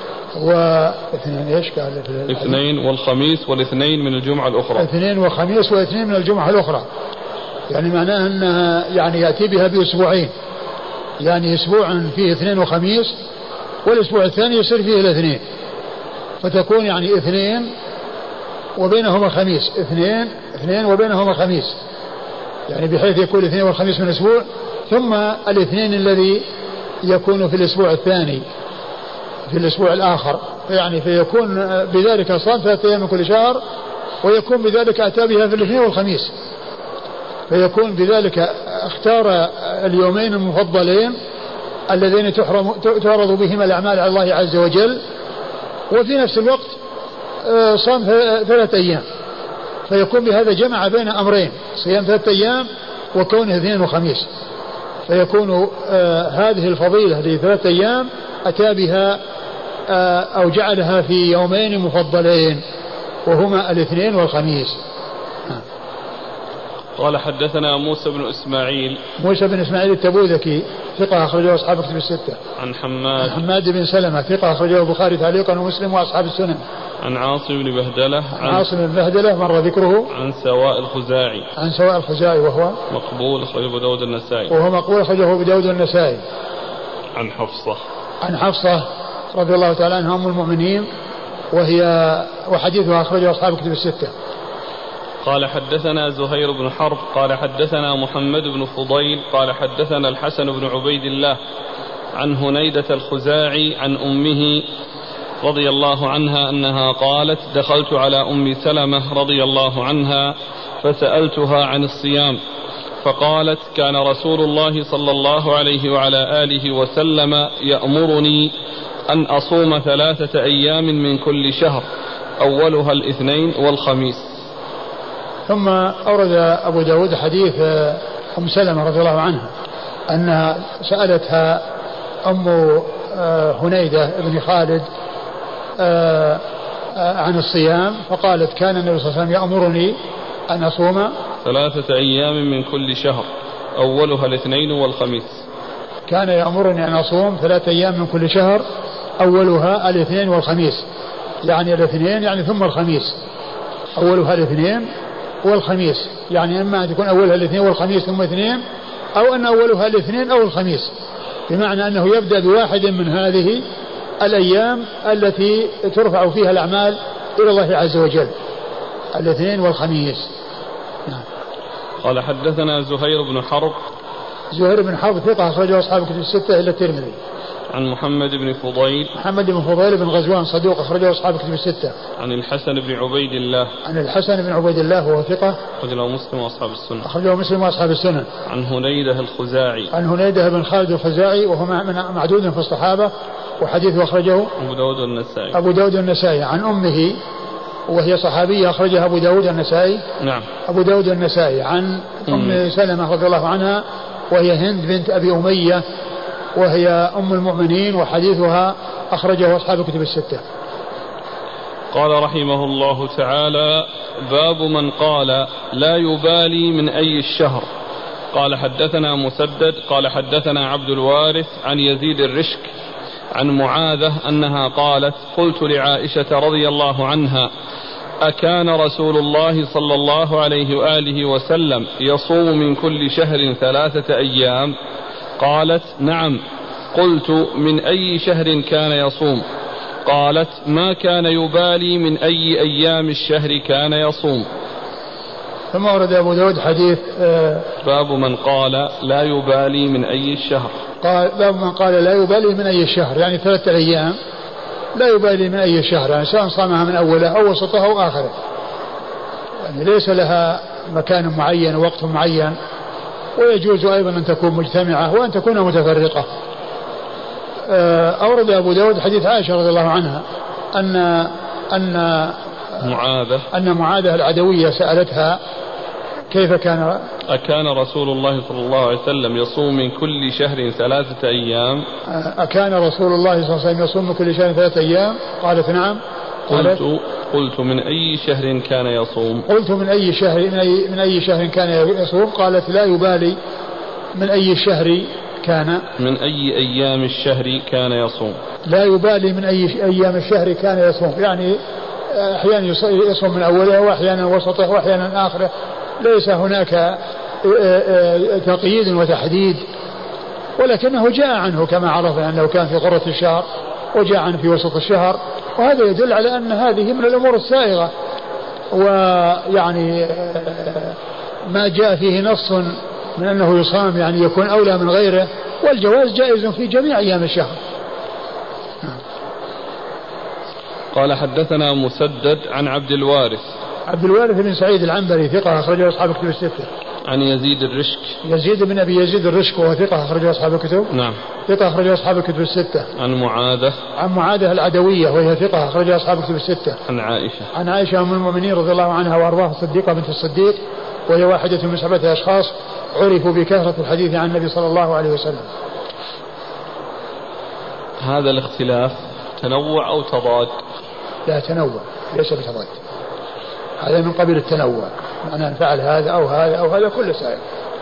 ايش قال؟ اثنين والخميس والاثنين من الجمعة الأخرى. اثنين وخميس واثنين من الجمعة الأخرى، يعني معناه أنها يعني يأتي بها بأسبوعين، يعني أسبوع فيه اثنين وخميس والأسبوع الثاني يصير فيه الاثنين، فتكون يعني اثنين وبينهما خميس، اثنين وبينهما خميس، يعني بحيث يكون الاثنين والخميس من أسبوع، ثم الاثنين الذي يكون في الأسبوع الثاني في الأسبوع الآخر، يعني فيكون بذلك صام 3 أيام من كل شهر، ويكون بذلك أتى بها في الاثنين والخميس، فيكون بذلك اختار اليومين المفضلين اللذين تعرض بهما الأعمال على الله عز وجل، وفي نفس الوقت صام 3 أيام، فيكون بهذا جمع بين أمرين، صيام 3 أيام وكونه اثنين وخميس، فيكون هذه الفضيلة ل3 أيام أتى بها أو جعلها في يومين مفضلين وهما الاثنين والخميس. قال حدثنا موسى بن إسماعيل التبوذكي ثقة أخرجه أصحاب كتب الستة. عن حماد بن سلمة ثقة أخرجه البخاري تعليقا ومسلم وأصحاب السنن. عن عاصم بن بهدلة مر ذكره. عن سواء الخزاعي وهو مقبول أخرجه أبو داود النسائي. عن حفصة رضي الله تعالى عنها أم المؤمنين، وحديثها أخرجه أصحاب كتب الستة. قال حدثنا زهير بن حرب قال حدثنا محمد بن فضيل قال حدثنا الحسن بن عبيد الله عن هنيدة الخزاعي عن أمه رضي الله عنها أنها قالت: دخلت على أم سلمة رضي الله عنها فسألتها عن الصيام، فقالت: كان رسول الله صلى الله عليه وعلى آله وسلم يأمرني أن أصوم 3 أيام من كل شهر، أولها الاثنين والخميس. ثم أورد أبو داود حديث أم سلمة رضي الله عنها أنها سألتها أم هنيدة بن خالد عن الصيام، فقالت: كان النبي صلى الله عليه وسلم يأمرني أن أصوم 3 أيام من كل شهر، أولها الاثنين والخميس. كان يأمرني أن أصوم 3 أيام من كل شهر، أولها الاثنين والخميس، يعني الاثنين يعني ثم الخميس، أولها الاثنين والخميس، يعني إما أن تكون أولها الاثنين والخميس ثم اثنين، أو أن أولها الاثنين أو الخميس، بمعنى أنه يبدأ بواحد من هذه الأيام التي ترفع فيها الأعمال إلى الله عز وجل، الاثنين والخميس. قال حدثنا زهير بن حرب ثقة أخرجه أصحاب كتب الستة إلا الترمذي. عن محمد بن فضيل بن غزوان صدوق أخرجه أصحاب كتب الستة. عن الحسن بن عبيد الله وهو ثقة أخرجه مسلم وأصحاب السنن. عن هنيدة بن خالد الخزاعي وهو معدود في الصحابة، وحديثه أخرجه أبو داود النسائي. عن أمه وهي صحابية أخرجها أبو داود النسائي. نعم. أبو داود النسائي. عن أم سلمة رضي الله عنها وهي هند بنت أبي أمية، وهي أم المؤمنين، وحديثها أخرجه أصحاب كتب الستة. قال رحمه الله تعالى: باب من قال لا يبالي من أي الشهر. قال حدثنا مسدد قال حدثنا عبد الوارث عن يزيد الرشك عن معاذة أنها قالت: قلت لعائشة رضي الله عنها: أكان رسول الله صلى الله عليه وآله وسلم يصوم من كل شهر 3 أيام؟ قالت: نعم. قلت: من أي شهر كان يصوم؟ قالت: ما كان يبالي من أي أيام الشهر كان يصوم. ثم ورد أبو داود حديث باب من قال لا يبالي من أي الشهر. قال باب من قال لا يبالي من أي شهر، يعني 3 أيام لا يبالي من أي شهر، يعني سواء صامها من أولها أو وسطها أو آخره، يعني ليس لها مكان معين ووقت معين. ويجوز أيضا أن تكون مجتمعة وأن تكون متفرقة. أورد أبو داود حديث عائشة رضي الله عنها أن معاذة العدوية سألتها كيف كان رسول الله صلى الله عليه وسلم يصوم من كل شهر 3 أيام؟ أكان رسول الله صلى الله عليه وسلم يصوم من كل شهر 3 أيام؟ قالت نعم. قلت من أي شهر كان يصوم؟ قلت من أي شهر كان يصوم؟ قالت لا يبالي من أي شهر كان، من أي أيام الشهر كان يصوم، لا يبالي من أي أيام الشهر كان يصوم، يعني أحيانا يصوم من أوله وأحيانا وسطه وأحيانا آخره، ليس هناك تقييد وتحديد، ولكنه جاء عنه كما عرفنا أنه كان في غرة الشهر وجاء عنه في وسط الشهر، وهذا يدل على أن هذه من الأمور السائغة، ويعني ما جاء فيه نص من أنه يصام يعني يكون أولى من غيره، والجواز جائز في جميع أيام الشهر. قال حدثنا مسدد عن عبد الوارث بن سعيد العنبري ثقة أخرجه أصحاب الكتب الستة. عن يزيد بن أبي يزيد الرشك وهو ثقة أخرجه أصحاب الكتب. نعم. ثقة أخرجه أصحاب الكتب الستة. عن معاذة العدوية وهي ثقة أخرجه أصحاب الكتب الستة. عن عائشة أم المؤمنين رضي الله عنها وأرضاها الصديقة بنت الصديق، وهي واحدة من 7 أشخاص عرفوا بكثرة الحديث عن النبي صلى الله عليه وسلم. هذا الاختلاف تنوع أو تضاد؟ لا، تنوع ليس بتضاد، هذا من قبيل التنوع، معنى أن فعل هذا أو هذا أو هذا كل سائر.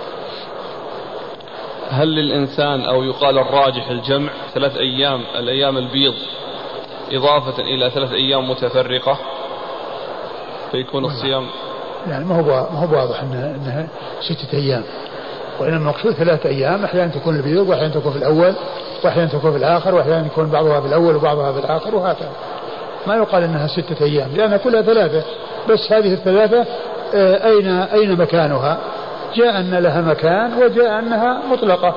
هل للإنسان أو يقال الراجح الجمع 3 أيام الأيام البيض إضافة إلى 3 أيام متفرقة فيكون الصيام؟ يعني ما هو واضح أنها 6 أيام، وإنما المقصود 3 أيام، أحيانا تكون البيض وأحيانا تكون في الأول وأحيانا تكون في الآخر وأحيانا يكون بعضها في الأول وبعضها في الآخر وهكذا. ما يقال أنها 6 أيام لأنها كلها 3، بس هذه ال3 أين مكانها؟ جاء أن لها مكان وجاء أنها مطلقة.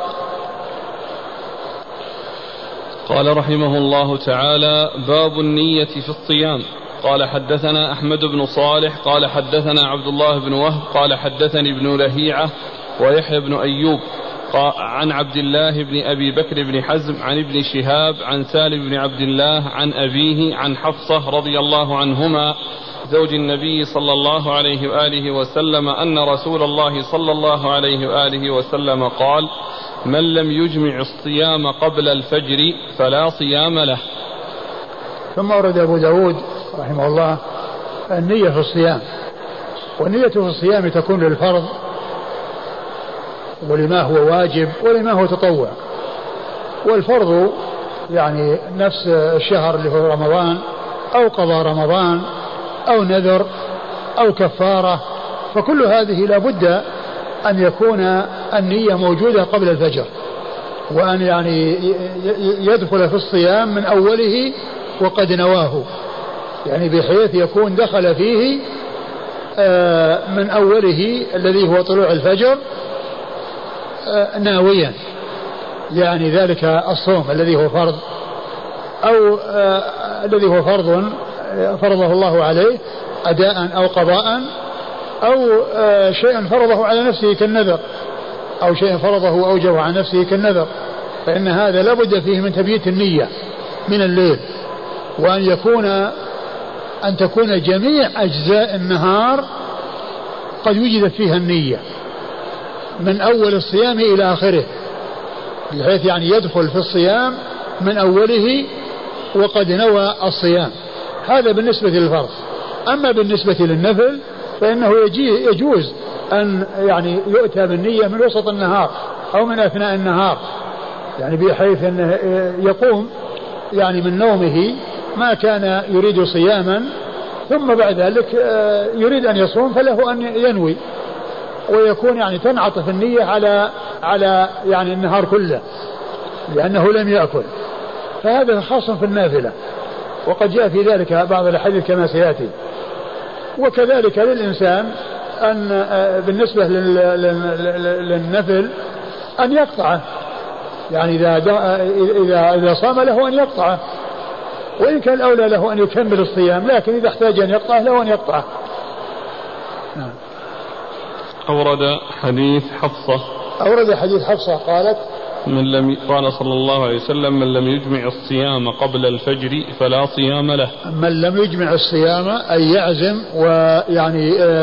قال رحمه الله تعالى: باب النية في الصيام. قال حدثنا أحمد بن صالح قال حدثنا عبد الله بن وهب قال حدثني ابن لهيعة ويحيى بن أيوب عن عبد الله بن أبي بكر بن حزم عن ابن شهاب عن سالم بن عبد الله عن أبيه عن حفصة رضي الله عنهما زوج النبي صلى الله عليه وآله وسلم أن رسول الله صلى الله عليه وآله وسلم قال: من لم يجمع الصيام قبل الفجر فلا صيام له. ثم ورد أبو داود رحمه الله النية في الصيام، والنية في الصيام تكون للفرض ولما هو واجب ولما هو تطوع. والفرض يعني نفس الشهر اللي هو رمضان أو قضاء رمضان أو نذر أو كفارة، فكل هذه لا بد أن يكون النية موجودة قبل الفجر، وأن يعني يدخل في الصيام من أوله وقد نواه، يعني بحيث يكون دخل فيه من أوله الذي هو طلوع الفجر ناويا، يعني ذلك الصوم الذي هو فرض أو الذي هو فرضه الله عليه أداء أو قضاء، أو شيء فرضه على نفسه كالنذر، أو شيء فرضه أوجبه عن نفسه كالنذر، فإن هذا لابد فيه من تبييت النية من الليل، أن تكون جميع أجزاء النهار قد وجدت فيها النية من أول الصيام إلى آخره، بحيث يعني يدخل في الصيام من أوله وقد نوى الصيام. هذا بالنسبة للفرض. أما بالنسبة للنفل فإنه يجوز أن يعني يؤتى بالنية من وسط النهار أو من أثناء النهار، يعني بحيث أنه يقوم يعني من نومه ما كان يريد صياما ثم بعد ذلك يريد أن يصوم، فله أن ينوي ويكون يعني تنعطف النية على يعني النهار كله لأنه لم يأكل، فهذا خاص في النافلة، وقد جاء في ذلك بعض الحديث كما سيأتي. وكذلك للإنسان أن بالنسبة للنفل أن يقطعه، يعني إذا صام له أن يقطعه، وإن كان الأولى له أن يكمل الصيام، لكن إذا احتاج أن يقطعه له أن يقطعه. نعم. أورد حديث حفصة قالت قال صلى الله عليه وسلم: من لم يجمع الصيام قبل الفجر فلا صيام له. من لم يجمع الصيام أي يعزم ويعني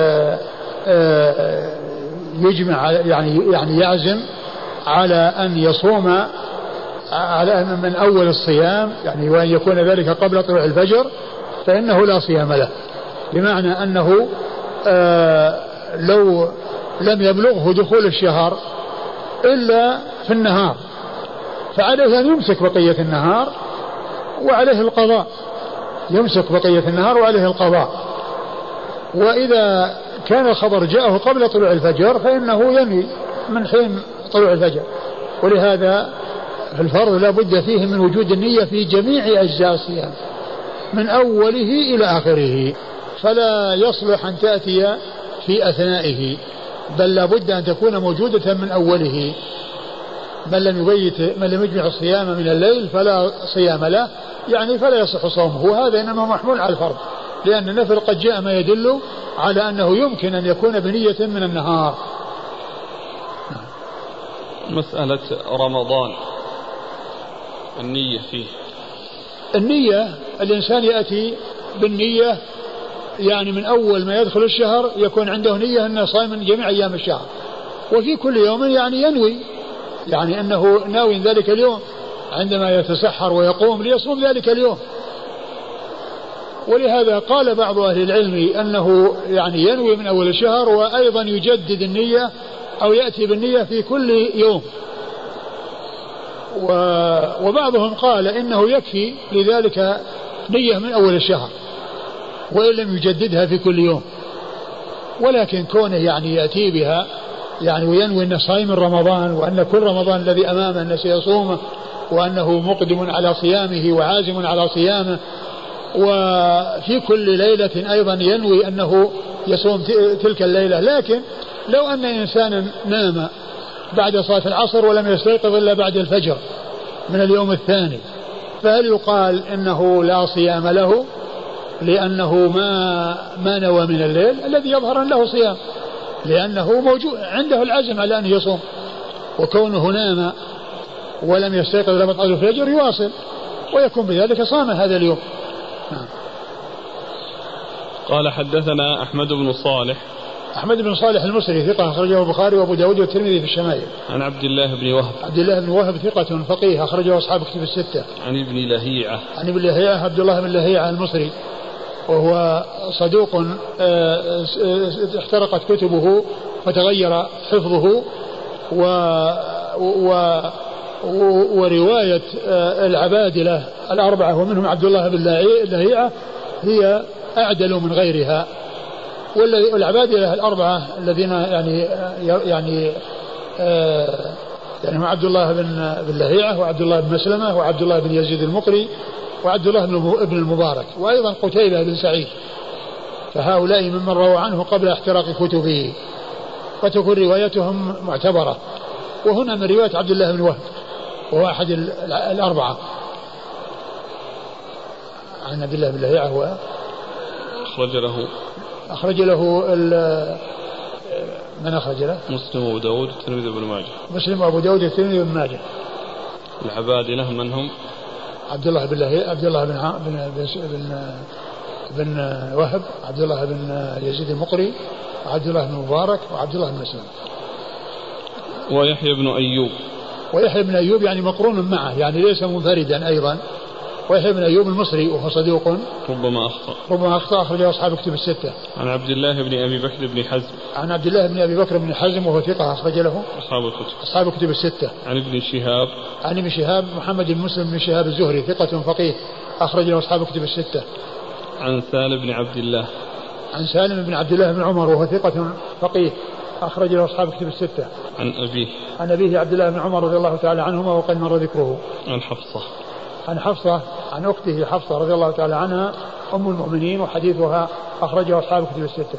يجمع يعني يعزم على أن يصوم على من أول الصيام، يعني وأن يكون ذلك قبل طلوع الفجر، فإنه لا صيام له. بمعنى أنه لو لم يبلغه دخول الشهر إلا في النهار فعليه أن يمسك بقية النهار وعليه القضاء، يمسك بقية النهار وعليه القضاء. وإذا كان الخبر جاءه قبل طلوع الفجر فإنه ينوي من حين طلوع الفجر. ولهذا في الفرض لا بد فيه من وجود النية في جميع أجزاء الصيام من أوله إلى آخره، فلا يصلح أن تأتي في أثنائه، بل لا بد أن تكون موجودة من أوله. من لم يجمع الصيام من الليل فلا صيام له، يعني فلا يصح صومه. وهذا إنما محمول على الفرض، لأن النفل قد جاء ما يدل على أنه يمكن أن يكون بنية من النهار. مسألة رمضان النية فيه، النية الإنسان يأتي بالنية، يعني من أول ما يدخل الشهر يكون عنده نية أنه صائم من جميع أيام الشهر، وفي كل يوم يعني ينوي، يعني أنه ناوي ذلك اليوم عندما يتسحر ويقوم ليصوم ذلك اليوم. ولهذا قال بعض أهل العلم أنه يعني ينوي من أول الشهر، وأيضا يجدد النية أو يأتي بالنية في كل يوم. وبعضهم قال إنه يكفي لذلك نية من أول الشهر وإن لم يجددها في كل يوم. ولكن كونه يعني يأتي بها يعني وينوي أنه صائم رمضان، وأن كل رمضان الذي أمامه أنه سيصومه، وأنه مقدم على صيامه وعازم على صيامه، وفي كل ليلة أيضا ينوي أنه يصوم تلك الليلة. لكن لو أن إنسانا نام بعد صلاة العصر ولم يستيقظ إلا بعد الفجر من اليوم الثاني، فهل يقال إنه لا صيام له لأنه ما نوى من الليل؟ الذي يظهر أن له صيام، لأنه موجود عنده العزم على أن يصوم، وكونه نام ولم يستيقظ إلا بعد الفجر يواصل ويكون بذلك صام هذا اليوم. قال حدثنا أحمد بن صالح المصري ثقة أخرجه البخاري وأبو داود والترمذي في الشمائل. عن عبد الله بن وهب ثقة فقيه أخرجه أصحاب كتب الستة. عن ابن لهيعة عبد الله بن لهيعة المصري، وهو صدوق احترقت كتبه وتغير حفظه، ورواية العبادلة الأربعة ومنهم عبد الله بن لهيعة هي أعدل من غيرها. والعبادلة الأربعة الذين يعني هم عبد الله بن لهيعة وعبد الله بن مسلمة وعبد الله بن يزيد المقري وعبد الله بن المبارك، وأيضا قتيبة بن سعيد، فهؤلاء ممن روى عنه قبل احتراق كتبه، فتكون روايتهم معتبرة. وهنا من رواية عبد الله بن وهب وهو أحد الأربعة عن عبد الله بن لهيعة. هو أخرج له من أخرج له؟ مسلم وأبو داود والترمذي وابن ماجه. مسلم وأبو داود والترمذي وابن ماجه. العبادلة من هم؟ عبد الله بن وهب، عبد الله بن يزيد المقري، وعبد الله بن مبارك، وعبد الله بن مسلم. ويحيى بن أيوب يعني مقرون معه، يعني ليس منفردا أيضا. ويحيى بن أيوب المصري وهو صدوق ربما أخطأ أخرجه أصحاب كتب الستة. عن عبد الله بن أبي بكر بن حزم وهو ثقة أخرج له أصحاب كتب الستة. عن ابن شهاب محمد بن مسلم بن شهاب الزهري ثقة فقيه أخرج له أصحاب كتب الستة. عن سالم بن عبد الله بن عمر وهو ثقة فقيه أخرج له أصحاب كتب الستة. عن أبيه عبد الله بن عمر رضي الله تعالى عنهما وقد مر ذكره. عن حفصة عن أخته حفصة رضي الله تعالى عنها أم المؤمنين، وحديثها أخرجه أصحاب كتب الستة.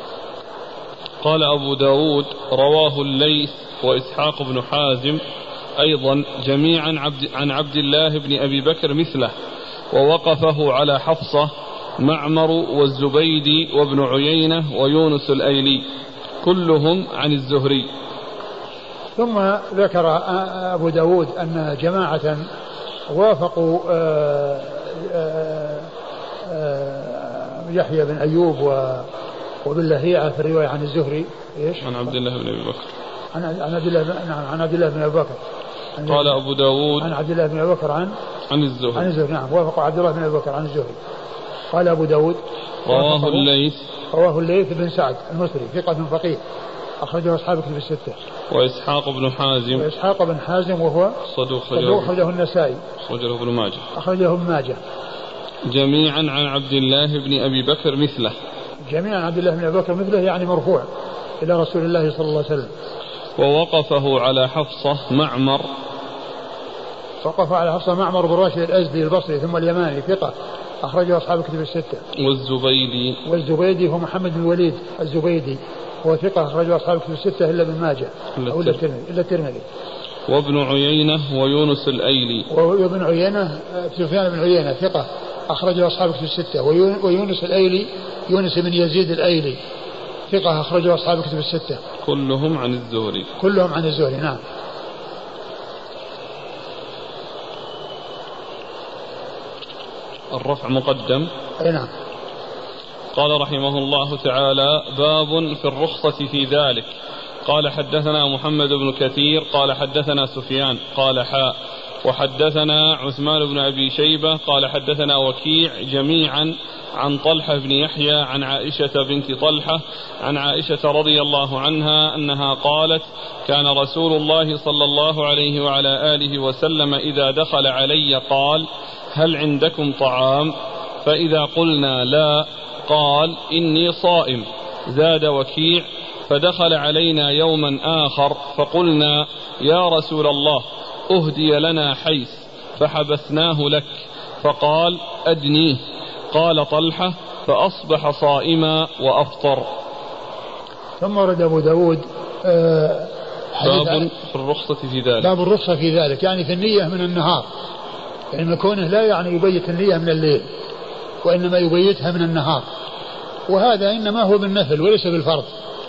قال أبو داود رواه الليث وإسحاق بن حازم أيضا جميعا عن عبد الله بن أبي بكر مثله، ووقفه على حفصة معمر والزبيدي وابن عيينة ويونس الأيلي كلهم عن الزهري. ثم ذكر أبو داود أن جماعة وافقوا يحيى بن أيوب وابن لهيعة في الرواية عن الزهري. إيش؟ عن عبد الله بن أبي بكر. عن عبد الله بن أبي بكر. قال أبو داود عن عبد الله بن أبي بكر عن الزهري. نعم، وافقوا عبد الله بن أبي بكر عن الزهري. قال أبو داود رواه الليث بن سعد المصري ثقة فقيه أخرجه أصحاب كتب الستة. وإسحاق بن حازم وهو صدوق أخرجه النسائي. أخرجه ابن ماجه. جميعا عن عبد الله بن أبي بكر مثله. جميعا عبد الله بن أبي بكر مثله يعني مرفوع إلى رسول الله صلى الله عليه وسلم. ووقفه على حفصة معمر. وقف على حفصة معمر بن راشد الأزدي البصري ثم اليماني ثقة أخرجه أصحاب كتب الستة. والزبيدي هو محمد بن الوليد الزبيدي هو ثقة أخرجه أصحاب كتب الستة إلا ابن ماجه إلا الترمذي. وابن عيينة ويونس الأيلي. وابن عيينة سفيان بن عيينة ثقة أخرجه أصحاب كتب الستة. ويونس الأيلي يونس بن يزيد الأيلي ثقة أخرجه أصحاب كتب الستة. كلهم عن الزهري. نعم. الرفع مقدم. أي نعم. قال رحمه الله تعالى: باب في الرخصة في ذلك. قال حدثنا محمد بن كثير قال حدثنا سفيان قال وحدثنا عثمان بن أبي شيبة قال حدثنا وكيع جميعا عن طلحة بن يحيى عن عائشة بنت طلحة عن عائشة رضي الله عنها أنها قالت: كان رسول الله صلى الله عليه وعلى آله وسلم إذا دخل علي قال: هل عندكم طعام؟ فإذا قلنا لا قال: إني صائم. زاد وكيع: فدخل علينا يوما آخر فقلنا: يا رسول الله أهدي لنا حيث فحبسناه لك، فقال: أدنيه. قال طلحة: فأصبح صائما وأفطر. ثم ورد أبو داود باب في الرخصة في ذلك. باب الرخصة في ذلك يعني في النية من النهار، يعني كونه لا يعني يبيت النية من الليل وإنما يبيتها من النهار، وهذا إنما هو بالنفل وليس بالفرض.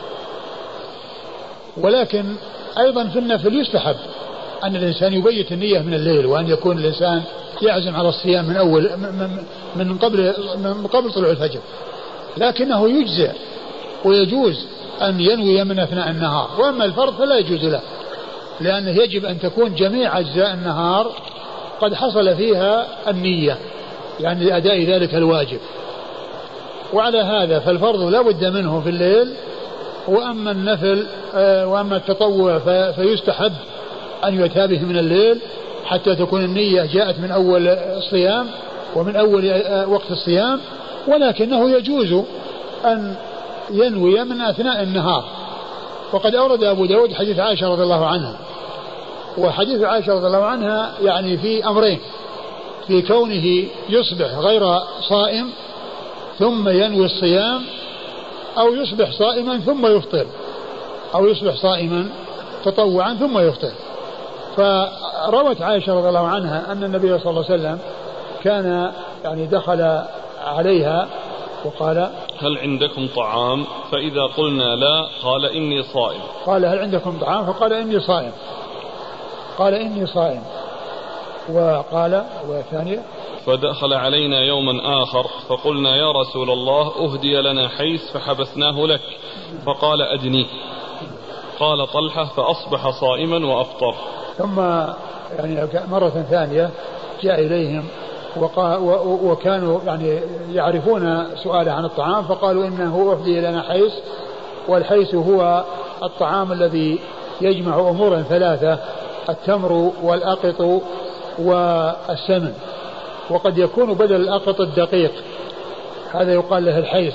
ولكن أيضا في النفل يستحب أن الإنسان يبيت النية من الليل، وأن يكون الإنسان يعزم على الصيام من قبل طلوع الفجر، لكنه يجزئ ويجوز أن ينوي من أثناء النهار. وأما الفرض فلا يجوز له، لأنه يجب أن تكون جميع أجزاء النهار قد حصل فيها النية، يعني لأداء ذلك الواجب. وعلى هذا فالفرض لا بد منه في الليل، وأما النفل وأما التطوع فيستحب أن يؤتى به من الليل حتى تكون النية جاءت من أول الصيام ومن أول وقت الصيام، ولكنه يجوز أن ينوي من أثناء النهار. وقد أورد أبو داود حديث عائشة رضي الله عنها، وحديث عائشة رضي الله عنها يعني في أمرين: في كونه يصبح غير صائم ثم ينوي الصيام، أو يصبح صائما ثم يفطر، أو يصبح صائما تطوعا ثم يفطر. فروت عائشة رضي الله عنها أن النبي صلى الله عليه وسلم كان يعني دخل عليها وقال: هل عندكم طعام؟ فإذا قلنا لا قال: إني صائم. قال: هل عندكم طعام؟ فقال: إني صائم. قال: إني صائم. وقال: والثانية: فدخل علينا يوما آخر فقلنا: يا رسول الله أهدي لنا حيث فحبسناه لك، فقال: أدنيه. قال طلحة: فأصبح صائما وأفطر. ثم يعني مرة ثانية جاء إليهم وكانوا يعني يعرفون سؤاله عن الطعام، فقالوا: إنه أهدي لنا حيث، والحيث هو الطعام الذي يجمع أمورا ثلاثة: التمر والأقط والسمن، وقد يكون بدل الأقط الدقيق، هذا يقال له الحيث،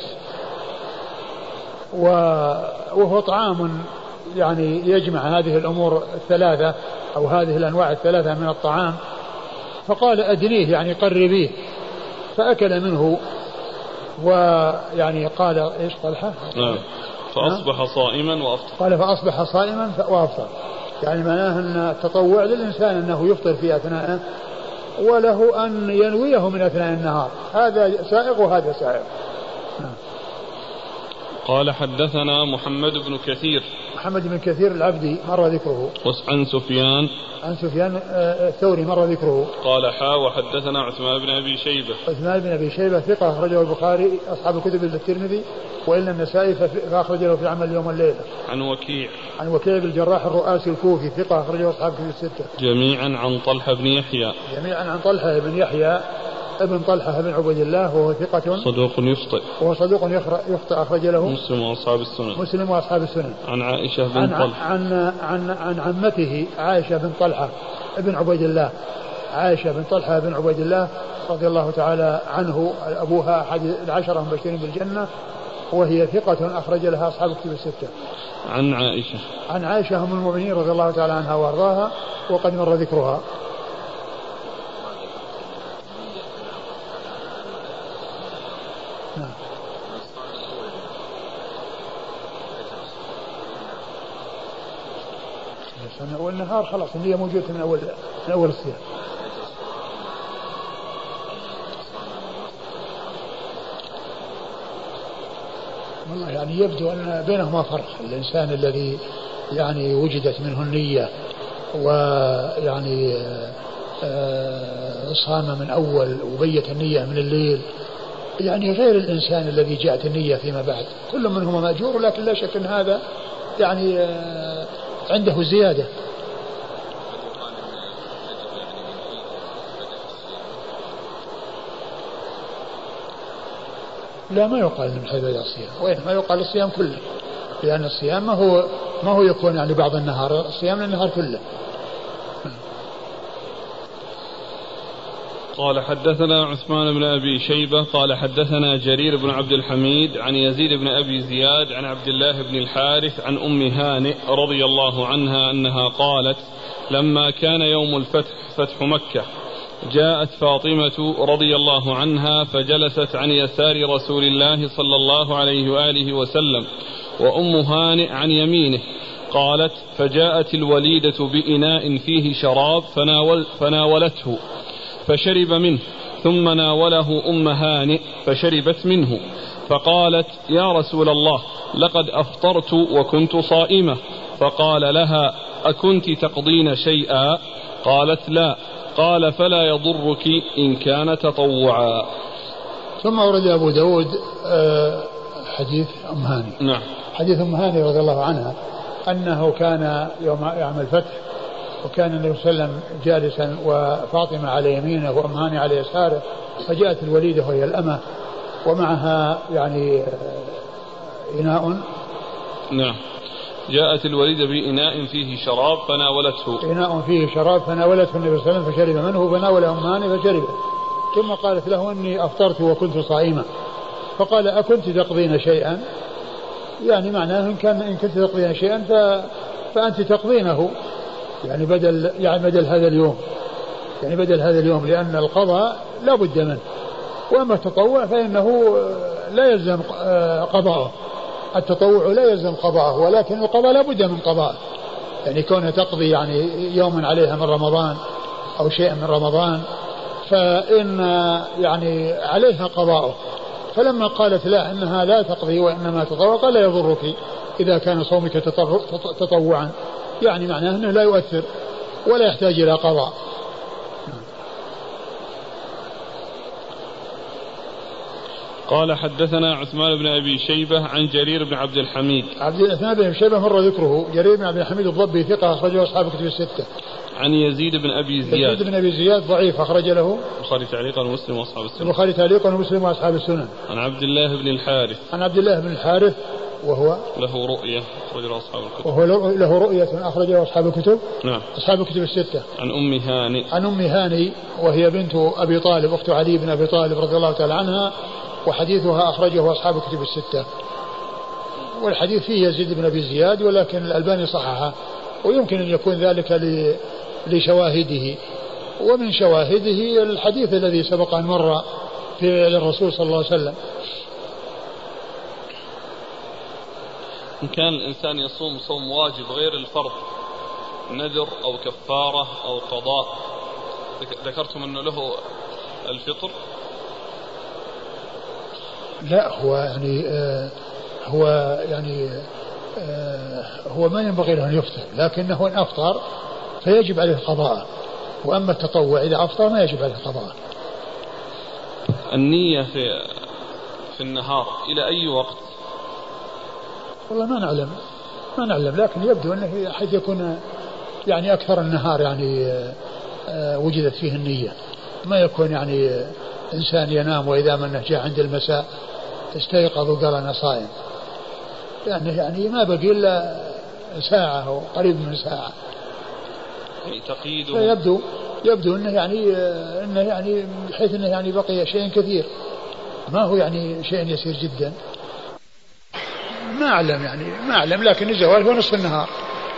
وهو طعام يعني يجمع هذه الأمور الثلاثة أو هذه الأنواع الثلاثة من الطعام. فقال: أدنيه يعني قربيه، فأكل منه. ويعني قال إيش طلحة؟ فأصبح صائما وأفطر. قال: فأصبح صائما وأفطر. يعني معناه أن التطوع للإنسان أنه يفطر في أثناءه وله أن ينويه من أثناء النهار، هذا سائغ وهذا سائغ. قال حدثنا محمد بن كثير. محمد بن كثير العبدي مر ذكره. عن سفيان. عن سفيان الثوري مر ذكره. قال وحدثنا عثمان بن أبي شيبة. عثمان بن أبي شيبة ثقة أخرجه البخاري أصحاب الكتب الترمذي وإلا النسائي فأخرج له في عمل يوم والليلة. عن وكيع. عن وكيع بن الجراح الرؤاسي الكوفي ثقة أخرجه أصحاب الكتب الستة. جميعا عن طلحة بن يحيى. جميعا عن طلحة بن يحيى ابن طلحة بن عبيد الله وهو ثقة صدوق يخطئ. وهو صدوق يخطئ أخرج له مسلم وأصحاب السنن. مسلم وأصحاب السنن. عن عائشة بن طلحة. عن عمته عائشة بن طلحة ابن عبيد الله. عائشة بن طلحة بن عبيد الله رضي الله تعالى عنه أبوها أحد العشرة المبشرين بالجنة وهي ثقة أخرج لها أصحاب الكتب الستة. عن عائشة. عن عائشة أم المؤمنين رضي الله تعالى عنها وأرضاها وقد مر ذكرها. والنهار خلاص اللي هي موجودة من أول الصيام. والله يعني يبدو أن بينهما فرق. الإنسان الذي يعني وجدت منه النية ويعني صام من أول وبيت النية من الليل يعني غير الإنسان الذي جاءت النية فيما بعد. كل منهما مأجور لكن لا شك أن هذا يعني عنده زيادة. لا ما يقال من حيث الصيام وإنما يقال الصيام كله لأن الصيام ما هو يكون يعني بعض النهار. الصيام للنهار كله. قال حدثنا عثمان بن أبي شيبة قال حدثنا جرير بن عبد الحميد عن يزيد بن أبي زياد عن عبد الله بن الحارث عن أم هانئ رضي الله عنها أنها قالت لما كان يوم الفتح فتح مكة جاءت فاطمة رضي الله عنها فجلست عن يسار رسول الله صلى الله عليه وآله وسلم وأم هانئ عن يمينه. قالت فجاءت الوليدة بإناء فيه شراب فناولته فشرب منه ثم ناوله أم هانئ فشربت منه فقالت يا رسول الله لقد أفطرت وكنت صائمة. فقال لها أكنت تقضين شيئا؟ قالت لا. قال فلا يضرك إن كان تطوعا. ثم ورد أبو داود حديث أم هانئ. نعم. حديث أم هانئ رضي الله عنها أنه كان يوم الفتح وكان النبي صلى الله عليه وسلم جالسا وفاطمة على يمينه وأم هانئ على يساره فجاءت الوليدة وهي الأمة ومعها يعني إناء. نعم. جاءت الوليدة بإناء فيه شراب فناولته. إناء فيه شراب فناولته النبي صلى الله عليه وسلم فشرب منه فناول أم هانئ فشربه ثم قالت له إني أفطرت وكنت صائمة. فقال أكنت تقضين شيئا؟ يعني معناه إن كنت تقضين شيئا فأنت تقضينه يعني بدل هذا اليوم يعني بدل هذا اليوم لأن القضاء لا بد منه وأما التطوع فإنه لا يلزم قضاءه. التطوع لا يلزم قضاءه ولكن القضاء لا بد من قضاءه يعني كونها تقضي يعني يوما عليها من رمضان أو شيئا من رمضان فإن يعني عليها قضاءه. فلما قالت لا إنها لا تقضي وإنما تطوع قال لا يضرك إذا كان صومك تطوعا يعني معناه أنه لا يؤثر ولا يحتاج إلى قضاء. قال حدثنا عثمان بن أبي شيبة عن جرير بن عبد الحميد. عثمان بن أبي شيبة مر ذكره. جرير بن عبد الحميد الضبي ثقة أخرجه أصحاب الكتب الستة. عن يزيد بن أبي زياد. يزيد بن أبي زياد ضعيف أخرج له البخاري تعليقا ومسلم وأصحاب السنن. البخاري تعليقا ومسلم وأصحاب السنن. عن عبد الله بن الحارث. عن عبد الله بن الحارث وهو له رؤية أخرجه أصحاب الكتب. وهو له رؤية أخرجه أصحاب الكتب. نعم. أصحاب الكتب الستة. عن أم هانئ. عن أم هانئ وهي بنت أبي طالب أخت علي بن أبي طالب رضي الله تعالى عنها وحديثها أخرجه أصحاب الكتب الستة. والحديث فيه يزيد بن أبي زياد ولكن الألباني صححه ويمكن أن يكون ذلك لشواهده ومن شواهده الحديث الذي سبق أن مر في الرسول صلى الله عليه وسلم. إن كان الإنسان يصوم صوم واجب غير الفرض نذر أو كفارة أو قضاء، ذكرتم أنه له الفطر؟ لا، هو ما ينبغي له أن يفطر، لكنه إن أفطر فيجب عليه القضاء، وأما التطوع إذا أفطر ما يجب عليه القضاء. النية في النهار إلى أي وقت؟ والله ما نعلم، لكن يبدو أنه حيث يكون يعني أكثر النهار يعني وجدت فيه النية، ما يكون يعني إنسان ينام وإذا من جاء عند المساء استيقظ وقال أنا صائم، يعني ما بقي إلا ساعة أو قريب من ساعة، يبدو أنه يعني بحيث أنه يعني بقي شيء كثير، ما هو يعني شيء يسير جدا. ما أعلم لكن الزوال هو نصف النهار.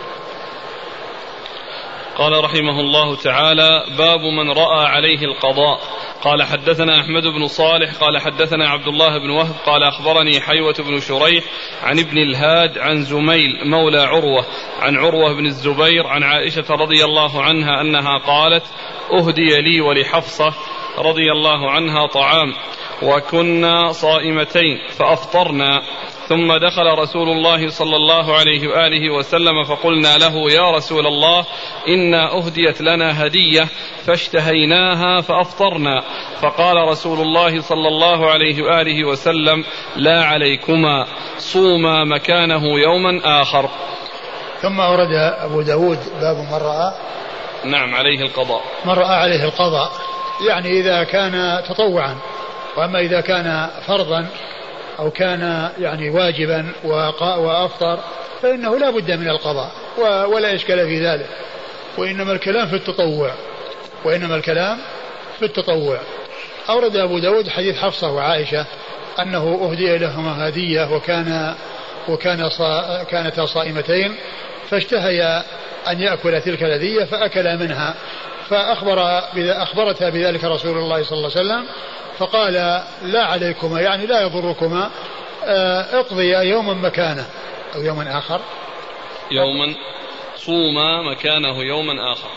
قال رحمه الله تعالى: باب من رأى عليه القضاء. قال حدثنا أحمد بن صالح قال حدثنا عبد الله بن وهب قال أخبرني حيوة بن شريح عن ابن الهاد عن زميل مولى عروة عن عروة بن الزبير عن عائشة رضي الله عنها أنها قالت: أهدي لي ولحفصة رضي الله عنها طعام وكنا صائمتين فأفطرنا، ثم دخل رسول الله صلى الله عليه وآله وسلم فقلنا له: يا رسول الله، إنا أهديت لنا هدية فاشتهيناها فأفطرنا، فقال رسول الله صلى الله عليه وآله وسلم: لا عليكما، صوما مكانه يوما آخر. ثم أورد أبو داود باب من رأى عليه القضاء، من رأى عليه القضاء، يعني إذا كان تطوعا، وأما إذا كان فرضا أو كان يعني واجبا وأفطر فإنه لا بد من القضاء ولا إشكال في ذلك، وإنما الكلام في التطوع. أورد أبو داود حديث حفصة وعائشة أنه أهدي لهما هدية كانتا صائمتين فاشتهيا أن يأكل تلك الهدية فأكل منها، فأخبرتها بذلك رسول الله صلى الله عليه وسلم فقال: لا عليكما، يعني لا يضركما، اقضيا يوما مكانه أو يوما آخر، صوما مكانه يوما آخر،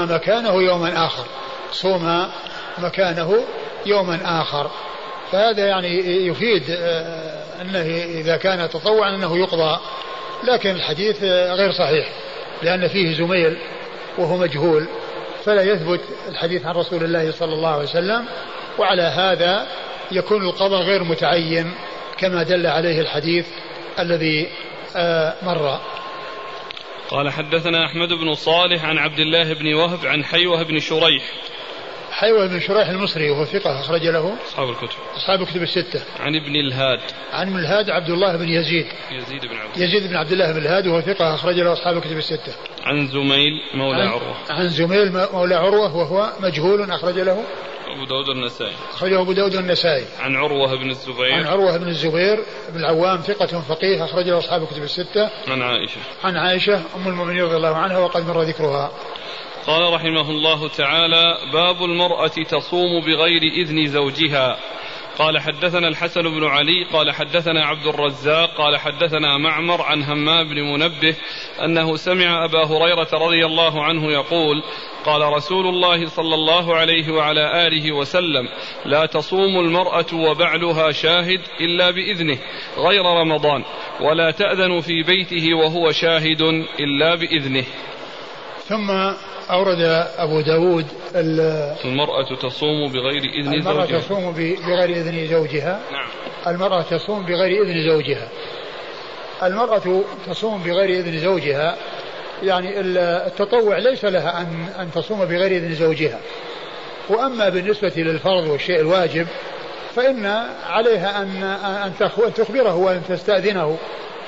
صوما مكانه يوما آخر. فهذا يعني يفيد أنه إذا كان تطوعا أنه يقضى، لكن الحديث غير صحيح لأن فيه زميل وهو مجهول، فلا يثبت الحديث عن رسول الله صلى الله عليه وسلم، وعلى هذا يكون القضاء غير متعين كما دل عليه الحديث الذي مر. قال حدثنا أحمد بن صالح عن عبد الله بن وهب عن حيوة بن شريح. حيوة بن شريح المصري وهو ثقة أخرج له أصحاب الكتب الستة. عن ابن الهاد عبد الله بن يزيد بن عبد الله بن الهاد وهو ثقة أخرج له أصحاب الكتب الستة. عن زميل مولى عروة وهو مجهول أخرج له أبو داود النسائي. عن عروة بن الزبير بن العوام ثقة فقيه أخرج له أصحاب الكتب الستة. عن عائشة أم المؤمنين رضي الله عنها وقد مر ذكرها. قال رحمه الله تعالى: باب المرأة تصوم بغير إذن زوجها. قال حدثنا الحسن بن علي قال حدثنا عبد الرزاق قال حدثنا معمر عن همام بن منبه أنه سمع أبا هريرة رضي الله عنه يقول: قال رسول الله صلى الله عليه وعلى آله وسلم: لا تصوم المرأة وبعلها شاهد إلا بإذنه غير رمضان، ولا تأذن في بيته وهو شاهد إلا بإذنه. ثم أورد أبو داود المرأة تصوم بغير إذن زوجها. المرأة تصوم بغير إذن زوجها. المرأة تصوم بغير إذن زوجها، يعني التطوع ليس لها أن تصوم بغير إذن زوجها، وأما بالنسبة للفرض والشيء الواجب فإن عليها أن تخبره وأن تستأذنه،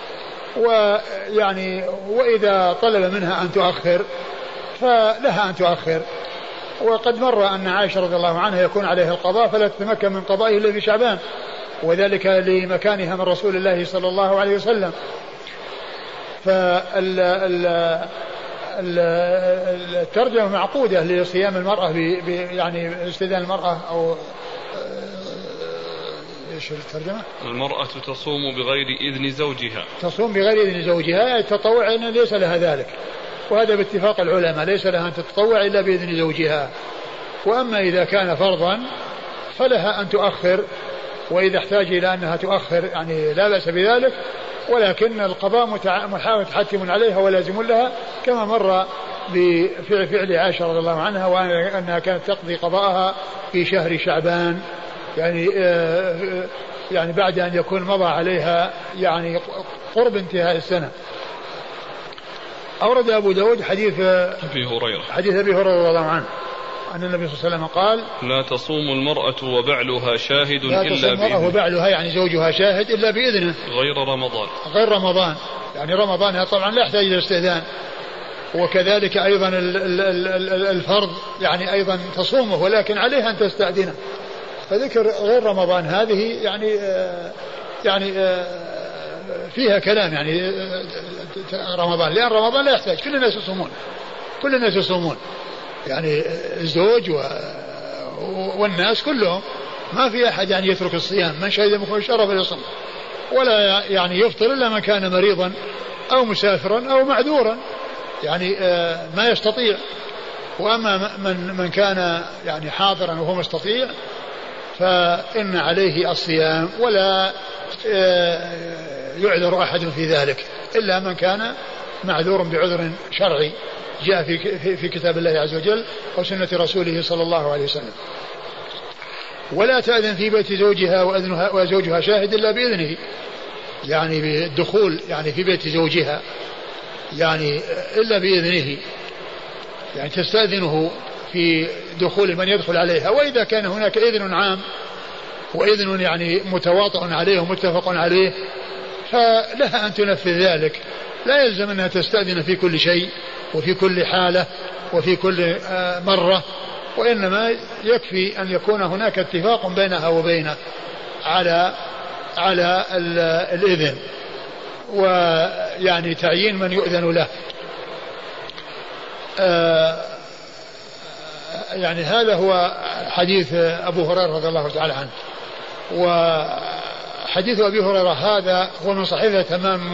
ويعني وإذا طلب منها أن تؤخر فلها أن تؤخر. وقد مر أن عائشة رضي الله عنها يكون عليها القضاء فلا تتمكن من قضائه إلا في شعبان، وذلك لمكانها من رسول الله صلى الله عليه وسلم. فالترجمة معقودة لصيام المرأة يعني استئذان المرأة أو ايش الترجمة؟ المرأة تصوم بغير إذن زوجها. تصوم بغير إذن زوجها، التطوع ليس لها ذلك، وهذا باتفاق العلماء، ليس لها أن تتطوع إلا بإذن زوجها. وأما إذا كان فرضا فلها أن تؤخر، وإذا احتاج إلى أنها تؤخر يعني لا بأس بذلك، ولكن القضاء متحتم عليها ولازم لها، كما مر بفعل عائشة رضي الله عنها، وأنها كانت تقضي قضاءها في شهر شعبان، يعني بعد أن يكون مضى عليها يعني قرب انتهاء السنة. أورد أبو داود حديث أبي هريرة رضي الله عنه أن النبي صلى الله عليه وسلم قال: لا تصوم المرأة وبعلها شاهد لا إلا تصوم المرأة وبعلها يعني زوجها شاهد إلا بإذنه غير رمضان، يعني رمضان طبعا لا يحتاج إلى استئذان. وكذلك أيضا الفرض يعني أيضا تصومه ولكن عليها أن تستأذنه. فذكر غير رمضان هذه يعني فيها كلام، يعني رمضان، لأن رمضان لا يحتاج، كل الناس يصومون يعني الزوج والناس كلهم، ما في أحد يعني يترك الصيام، من شهد منكم الشهر فليصم، ولا يعني يفطر إلا من كان مريضا أو مسافرا أو معذورا يعني ما يستطيع. وأما من كان يعني حاضرا وهو مستطيع فإن عليه الصيام، ولا يعذر أحد في ذلك إلا من كان معذور بعذر شرعي جاء في كتاب الله عز وجل أو سنة رسوله صلى الله عليه وسلم. ولا تأذن في بيت زوجها وزوجها شاهد إلا بإذنه، يعني بالدخول يعني في بيت زوجها يعني إلا بإذنه، يعني تستأذنه في دخول من يدخل عليها. وإذا كان هناك إذن عام وإذن يعني متواطئ عليه ومتفق عليه فلها أن تنفذ ذلك، لا يلزم أنها تستأذن في كل شيء وفي كل حالة وفي كل مرة، وإنما يكفي أن يكون هناك اتفاق بينها وبينه على الإذن، ويعني تعيين من يؤذن له. يعني هذا هو حديث أبو هريرة رضي الله تعالى عنه. وحديث أبي هريرة هذا هو من صحيفة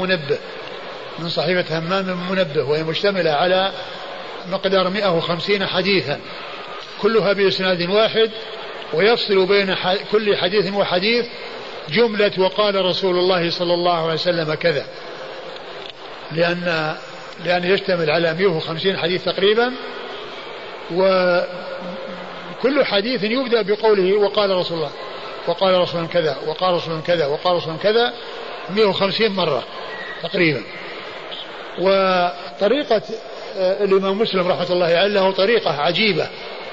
همام منبه، وهي مشتملة على مقدار 150 حديثا كلها بإسناد واحد، ويفصل بين كل حديث وحديث جملة وقال رسول الله صلى الله عليه وسلم كذا، لأن يشتمل على 150 حديث تقريبا، وكل حديث يبدأ بقوله وقال رسول الله وقال رسول الله كذا وقال رسول الله كذا وقال رسول الله كذا 150 مرة تقريبا. وطريقة الإمام مسلم رحمة الله عليه له طريقة عجيبة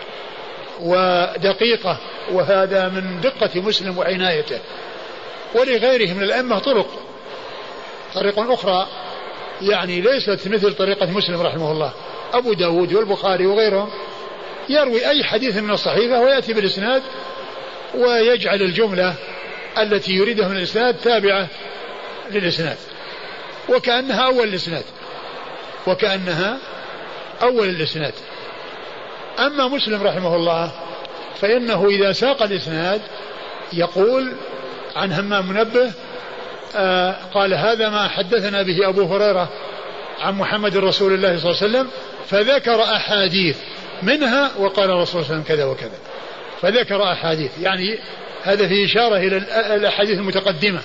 ودقيقة، وهذا من دقة مسلم وعنايته. ولغيره من الأئمة طريق أخرى يعني ليست مثل طريقة مسلم رحمه الله. أبو داود والبخاري وغيرهم يروي أي حديث من الصحيفة ويأتي بالإسناد ويجعل الجملة التي يريدها من الإسناد تابعة للإسناد وكأنها أول الإسناد. أما مسلم رحمه الله فإنه إذا ساق الإسناد يقول عن همام منبه قال هذا ما حدثنا به أبو هريرة عن محمد رسول الله صلى الله عليه وسلم، فذكر أحاديث منها وقال رسول الله صلى الله عليه وسلم كذا وكذا، فذكر أحاديث، يعني هذا في إشارة إلى الأحاديث المتقدمة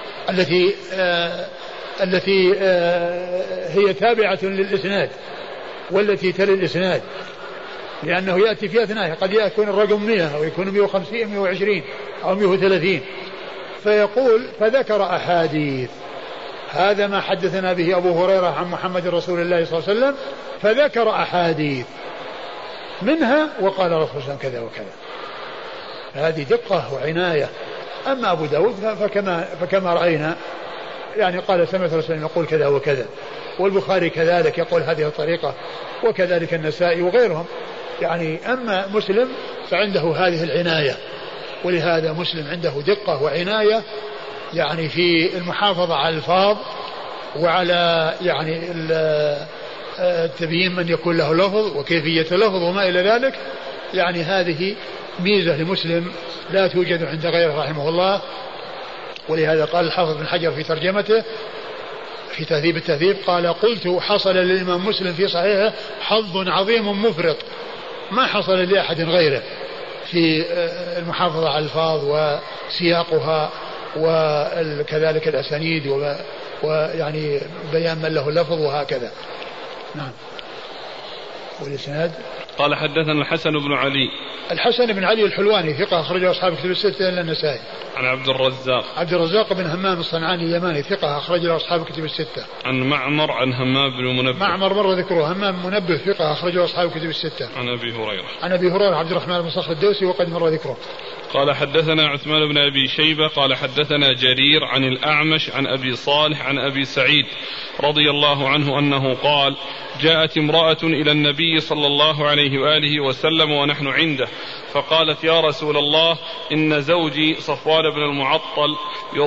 التي هي تابعة للإسناد والتي تلي الإسناد، لأنه يأتي في أثناء قد يكون الرقم 100 أو يكون 150 120 أو 130، فيقول فذكر أحاديث، هذا ما حدثنا به أبو هريرة عن محمد رسول الله صلى الله عليه وسلم، فذكر أحاديث منها وقال رسول الله كذا وكذا. هذه دقة وعناية. أما أبو داود فكما رأينا يعني قال سمعت رسول الله يقول كذا وكذا، والبخاري كذلك يقول هذه الطريقة، وكذلك النسائي وغيرهم. يعني أما مسلم فعنده هذه العناية، ولهذا مسلم عنده دقة وعناية يعني في المحافظة على الألفاظ وعلى يعني تبيين من يكون له لفظ وكيفية لفظ وما إلى ذلك. يعني هذه ميزة لمسلم لا توجد عند غيره رحمه الله. ولهذا قال الحافظ بن حجر في ترجمته في تهذيب التهذيب قال قلت حصل للإمام مسلم في صحيحه حظ عظيم مفرط ما حصل لأحد غيره في المحافظة على الألفاظ وسياقها وكذلك الأسانيد ويعني بيان من له اللفظ وهكذا. نعم. والإسناد قال حدثنا الحسن بن علي. الحسن بن علي الحلواني ثقة أخرجه أصحاب كتب الستة إلا النسائي. عن عبد الرزاق. عبد الرزاق بن همام الصنعاني اليماني ثقة أخرجه أصحاب كتب الستة. عن معمر عن همام بن منبه. معمر مر ذكره. همام منبه ثقة أخرجه أصحاب كتب الستة. عن أبي هريرة. عن أبي هريرة عبد الرحمن بن صخر الدوسي وقد مر ذكره. قال حدثنا عثمان بن أبي شيبة قال حدثنا جرير عن الأعمش عن أبي صالح عن أبي سعيد رضي الله عنه أنه قال جاءت امرأة إلى النبي صلى الله عليه وآله وسلم ونحن عنده فقالت يا رسول الله إن زوجي صفوان بن المعطل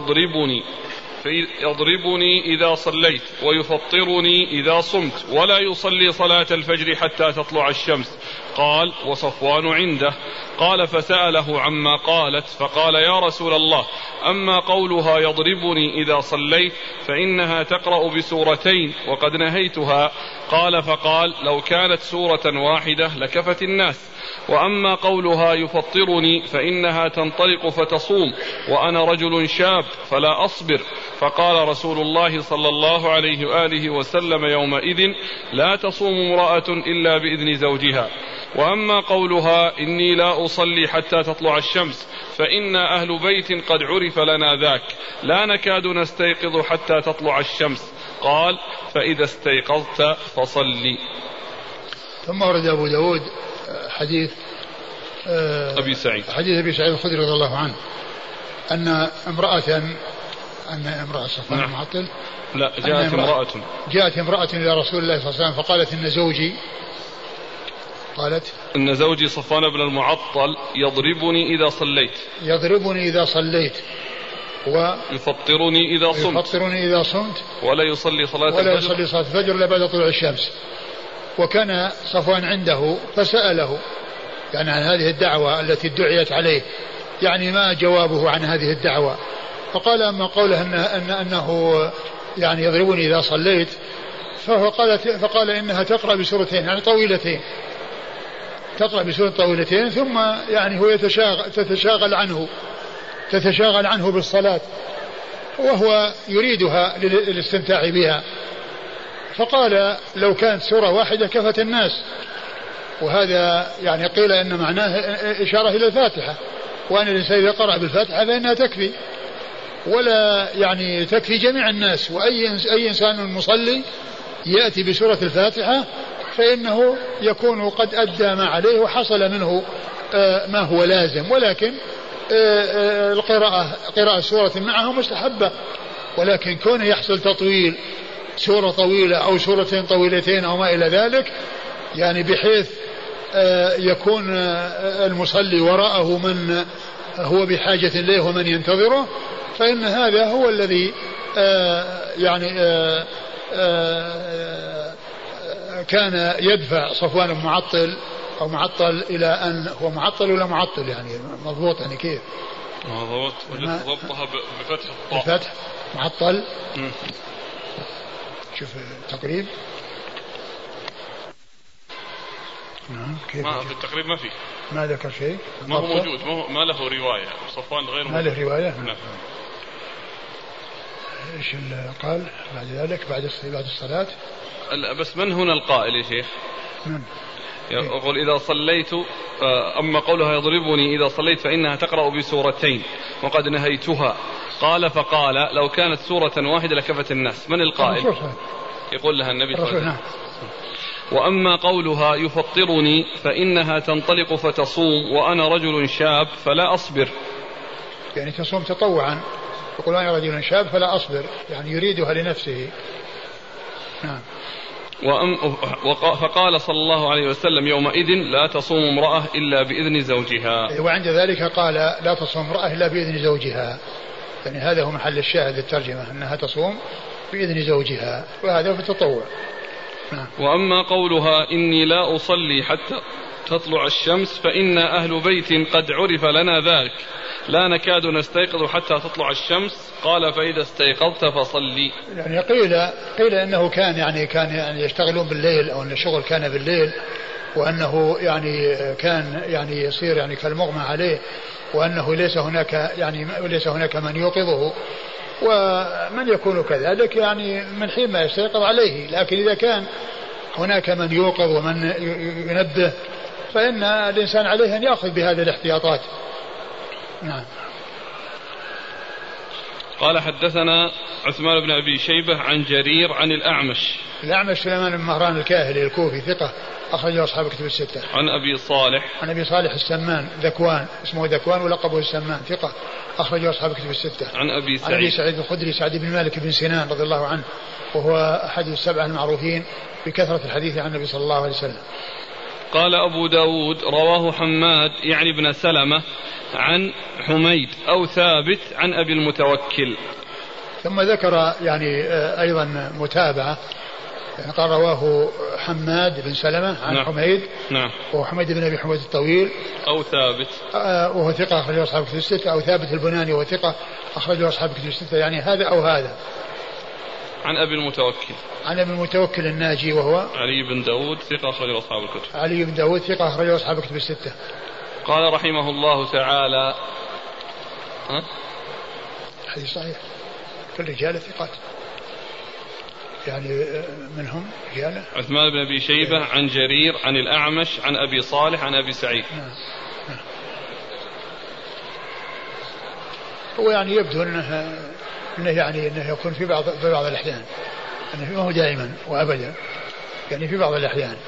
يضربني إذا صليت ويفطرني إذا صمت ولا يصلي صلاة الفجر حتى تطلع الشمس. قال وصفوان عنده. قال فسأله عما قالت فقال يا رسول الله أما قولها يضربني إذا صليت فإنها تقرأ بسورتين وقد نهيتها. قال فقال لو كانت سورة واحدة لكفت الناس. وأما قولها يفطرني فإنها تنطلق فتصوم وأنا رجل شاب فلا أصبر. فقال رسول الله صلى الله عليه وآله وسلم يومئذ لا تصوم امرأة إلا بإذن زوجها. وأما قولها إني لا أصلي حتى تطلع الشمس فإنا أهل بيت قد عرف لنا ذاك لا نكاد نستيقظ حتى تطلع الشمس. قال فإذا استيقظت فصلي. ثم ورد أبو داود حديث أبي سعيد الخدري رضي الله عنه أن امرأة صفوان المعطل لا جاءت امرأة إلى رسول الله صلى الله عليه وسلم فقالت إن زوجي صفوان بن المعطل يضربني إذا صليت ويفطرني إذا صمت ولا يصلي صلاة الفجر إلا بعد طلوع الشمس. وكان صفوان عنده فسأله يعني عن هذه الدعوة التي ادعيت عليه يعني ما جوابه عن هذه الدعوة. فقال أما قوله أنه يعني يضربني إذا صليت فقال إنها تقرأ بسورتين يعني طويلتين ثم يعني هو تتشاغل عنه بالصلاة وهو يريدها للاستمتاع بها. فقال لو كانت سورة واحدة كفت الناس. وهذا يعني قيل إن معناه إشارة إلى الفاتحة وأن الإنسان إذا قرأ بالفاتحة فإنها تكفي ولا يعني تكفي جميع الناس. وأي إنسان مصلي يأتي بسورة الفاتحة فإنه يكون قد أدى ما عليه وحصل منه ما هو لازم. ولكن قراءة سورة معه مستحبة ولكن كونه يحصل تطويل سورة طويلة أو سورتين طويلتين أو ما إلى ذلك يعني بحيث يكون المصلي وراءه من هو بحاجة إليه ومن ينتظره فإن هذا هو الذي كان يدفع صفوان المعطل أو معطل إلى أن هو معطل ولا معطل يعني مضبوط يعني كيف ضبطها بفتح معطل. شوف التقريب ما في التقريب ما ذكر شيء ما هو موجود ما له رواية صفوان غير ما له رواية. نعم. ايش اللي قال بعد ذلك بعد الصلاة بس من هنا القائل يا شيخ من يقول إذا صليت أما قولها يضربني إذا صليت فإنها تقرأ بسورتين وقد نهيتها. قال فقال لو كانت سورة واحدة لكفت الناس. من القائل يقول لها النبي صلى الله عليه وسلم. وأما قولها يفطرني فإنها تنطلق فتصوم وأنا رجل شاب فلا أصبر يعني تصوم تطوعا يقول أنا رجل شاب فلا أصبر يعني يريدها لنفسه. نعم. فقال صلى الله عليه وسلم يومئذ لا تصوم امرأة إلا بإذن زوجها. وعند ذلك قال لا تصوم امرأة إلا بإذن زوجها يعني هذا هو محل الشاهد الترجمة أنها تصوم بإذن زوجها وهذا في التطوع. وأما قولها إني لا أصلي تطلع الشمس فإنا أهل بيت قد عرف لنا ذاك لا نكاد نستيقظ حتى تطلع الشمس. قال فإذا استيقظت فصلي. يعني قيل إنه كان يشتغلون بالليل، أو أن الشغل كان بالليل، وأنه كان يصير كالمغمى عليه، وأنه ليس هناك من يوقظه، ومن يكون كذلك من حين ما يستيقظ عليه. لكن إذا كان هناك من يوقظ ومن ينبه فإن الإنسان عليه أن يأخذ بهذه الاحتياطات. نعم. قال حدثنا عثمان بن أبي شيبة عن جرير عن الأعمش سليمان بن مهران الكاهلي الكوفي ثقة أخرجه أصحاب كتب الستة. عن أبي صالح السمان ذكوان، اسمه ذكوان ولقبه السمان، ثقة أخرجه أصحاب كتب الستة. عن أبي سعيد الخدري سعد بن مالك بن سنان رضي الله عنه، وهو أحد السبعة المعروفين بكثرة الحديث عن النبي صلى الله عليه وسلم. قال أبو داود رواه حماد بن سلمة عن حميد أو ثابت عن أبي المتوكل. ثم ذكر أيضا متابعة، قال رواه حماد بن سلمة عن حميد. نعم. وهو حميد بن أبي حميد الطويل أو ثابت وهو ثقة أخرجه أصحاب كتب الستة، أو ثابت البناني وهو ثقة أخرجه أصحاب كتب الستة، هذا أو هذا. عن أبي المتوكل الناجي وهو علي بن داود ثقة أخرجه أصحاب الكتب. علي بن داود ثقة أخرجه أصحاب الكتب الستة. قال رحمه الله تعالى حديث صحيح، كل رجال ثقات، منهم رجال عثمان بن أبي شيبة عن جرير عن الأعمش عن أبي صالح عن أبي سعيد. هو يبدو أنه يكون في بعض الأحيان، أنه ما هو دائما وأبدا، في بعض الأحيان.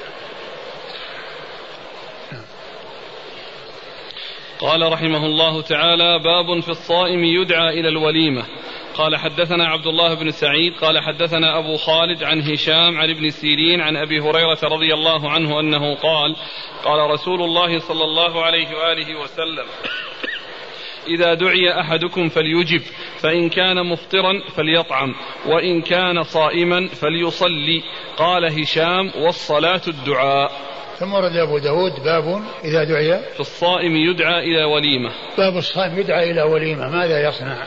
قال رحمه الله تعالى باب في الصائم يدعى إلى الوليمة. قال حدثنا عبد الله بن سعيد قال حدثنا أبو خالد عن هشام عن ابن سيرين عن أبي هريرة رضي الله عنه أنه قال قال رسول الله صلى الله عليه وآله وسلم إذا دعي أحدكم فليجب، فإن كان مفطرا فليطعم، وإن كان صائما فليصلي. قال هشام والصلاة الدعاء. ثم ورد أبو داود باب إذا دعي في الصائم يدعى إلى وليمة. باب الصائم يدعى إلى وليمة، ماذا يصنع؟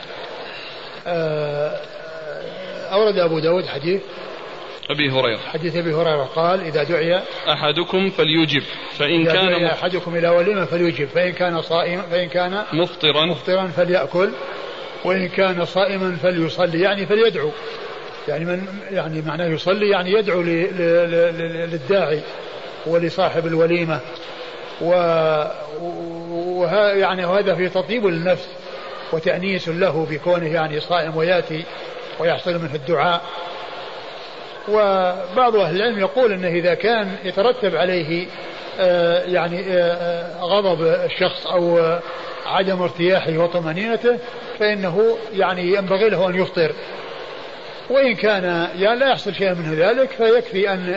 أورد أبو داود حديث أبي هريرة قال إذا دعي أحدكم فليجب، فإن كان أحدكم إلى وليمة فليجب، فإن كان صائما فإن كان مفطرا فليأكل، وإن كان صائما فليصلي، فليدعو، معناه يصلي يدعو للداعي ولصاحب الوليمة، وهذا في تطيب للنفس وتأنيس له بكونه صائم ويأتي ويحصل منه الدعاء. وبعض أهل العلم يقول أنه إذا كان يترتب عليه غضب الشخص أو عدم ارتياحه وطمأنينته فإنه ينبغي له أن يفطر، وإن كان لا يحصل شيء من ذلك فيكفي أن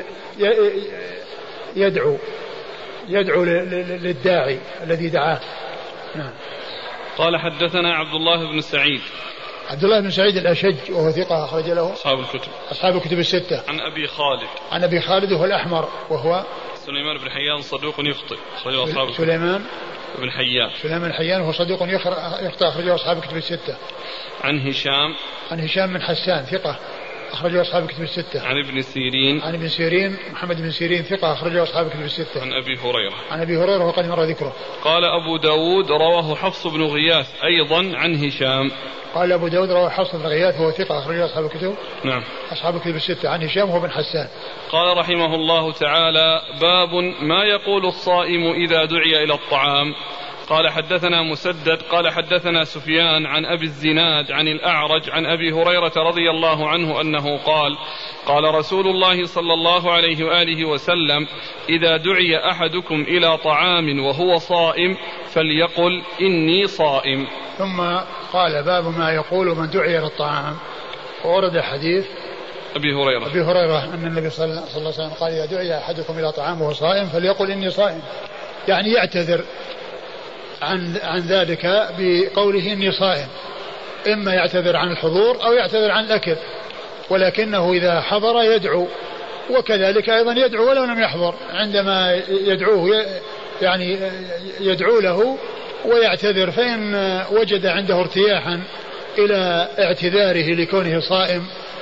يدعو للداعي الذي دعاه. نعم. قال حدثنا عبد الله بن سعيد الأشج وهو ثقة أخرج له أصحاب الكتب الستة. عن أبي خالد وهو الأحمر وهو سليمان بن حيان صدوق يخطئ أخرجه أصحاب الكتب. سليمان بن حيان وهو صدوق يخطئ أخرجه أصحاب الكتب الستة. عن هشام بن حسان ثقة أخرجه أصحاب الكتب الستة. عن ابن سيرين محمد بن سيرين ثقة أخرجه أصحاب الكتب الستة. عن أبي هريرة وقد مر ذكره. قال أبو داود رواه حفص بن غياث أيضا عن هشام. قال أبو داود رواه حفص بن غياث وهو ثقة أخرجه أصحاب الكتب. نعم. أصحاب الكتب الستة. عن هشام وهو بن حسان. قال رحمه الله تعالى باب ما يقول الصائم إذا دعي إلى الطعام. قال حدثنا مسدد قال حدثنا سفيان عن أبي الزناد عن الأعرج عن أبي هريرة رضي الله عنه أنه قال قال رسول الله صلى الله عليه وآله وسلم إذا دعي أحدكم إلى طعام وهو صائم فليقل إني صائم. ثم قال باب ما يقول من دعي إلى الطعام، وورد حديث أبي هريرة أن النبي صلى الله عليه وسلم قال إذا دعي أحدكم إلى طعام وهو صائم فليقل إني صائم، يعتذر عن ذلك بقوله إني صائم، إما يعتذر عن الحضور أو يعتذر عن الأكل، ولكنه إذا حضر يدعو، وكذلك أيضا يدعو ولو لم يحضر، عندما يدعوه يعني يدعو له ويعتذر، فإن وجد عنده ارتياحا إلى اعتذاره لكونه صائم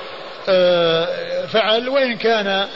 فعل، وإن كان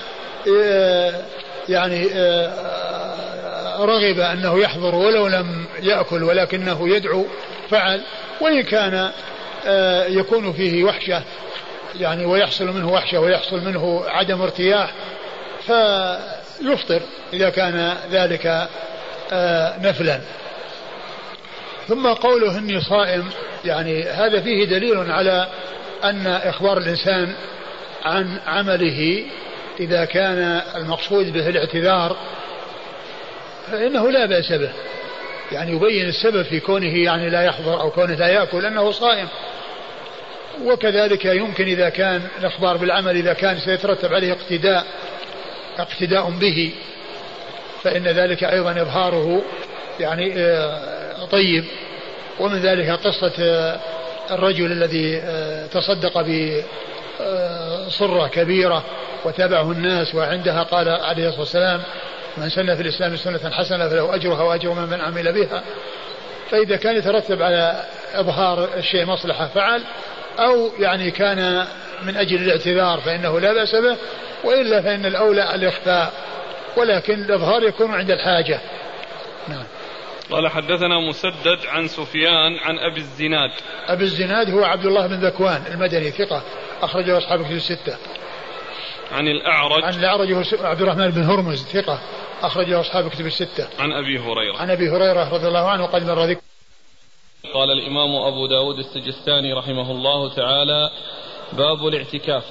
يعني رغب أنه يحضر ولو لم يأكل ولكنه يدعو فعل، وإن كان يكون فيه وحشة يعني ويحصل منه وحشة ويحصل منه عدم ارتياح فيفطر إذا كان ذلك نفلا. ثم قوله إني صائم يعني هذا فيه دليل على أن إخبار الإنسان عن عمله إذا كان المقصود به الاعتذار فإنه لا بأس به، يعني يبين السبب في كونه يعني لا يحضر أو كونه لا يأكل أنه صائم. وكذلك يمكن إذا كان الإخبار بالعمل إذا كان سيترتب عليه اقتداء به فإن ذلك أيضا إظهاره يعني طيب. ومن ذلك قصة الرجل الذي تصدق بصرة كبيرة وتابعه الناس، وعندها قال عليه الصلاة والسلام من سن في الإسلام سنة حسنة فله أجرها وأجر من عمل بها. فإذا كان يترتب على إظهار الشيء مصلحة فعل، أو يعني كان من أجل الاعتذار فإنه لا بأس به، وإلا فإن الأولى الإخفاء، ولكن الإظهار يكون عند الحاجة. نعم. قال حدثنا مسدد عن سفيان عن أبي الزناد. أبي الزناد هو عبد الله بن ذكوان المدني ثقة أخرجه أصحاب الكتب الستة. عن الأعرج. عن الأعرج هو عبد الرحمن بن هرمز ثقة أخرجه أصحاب الكتب الستة. عن أبي هريرة. عن أبي هريرة رضي الله عنه قد مر ذكر. قال الإمام أبو داود السجستاني رحمه الله تعالى باب الاعتكاف.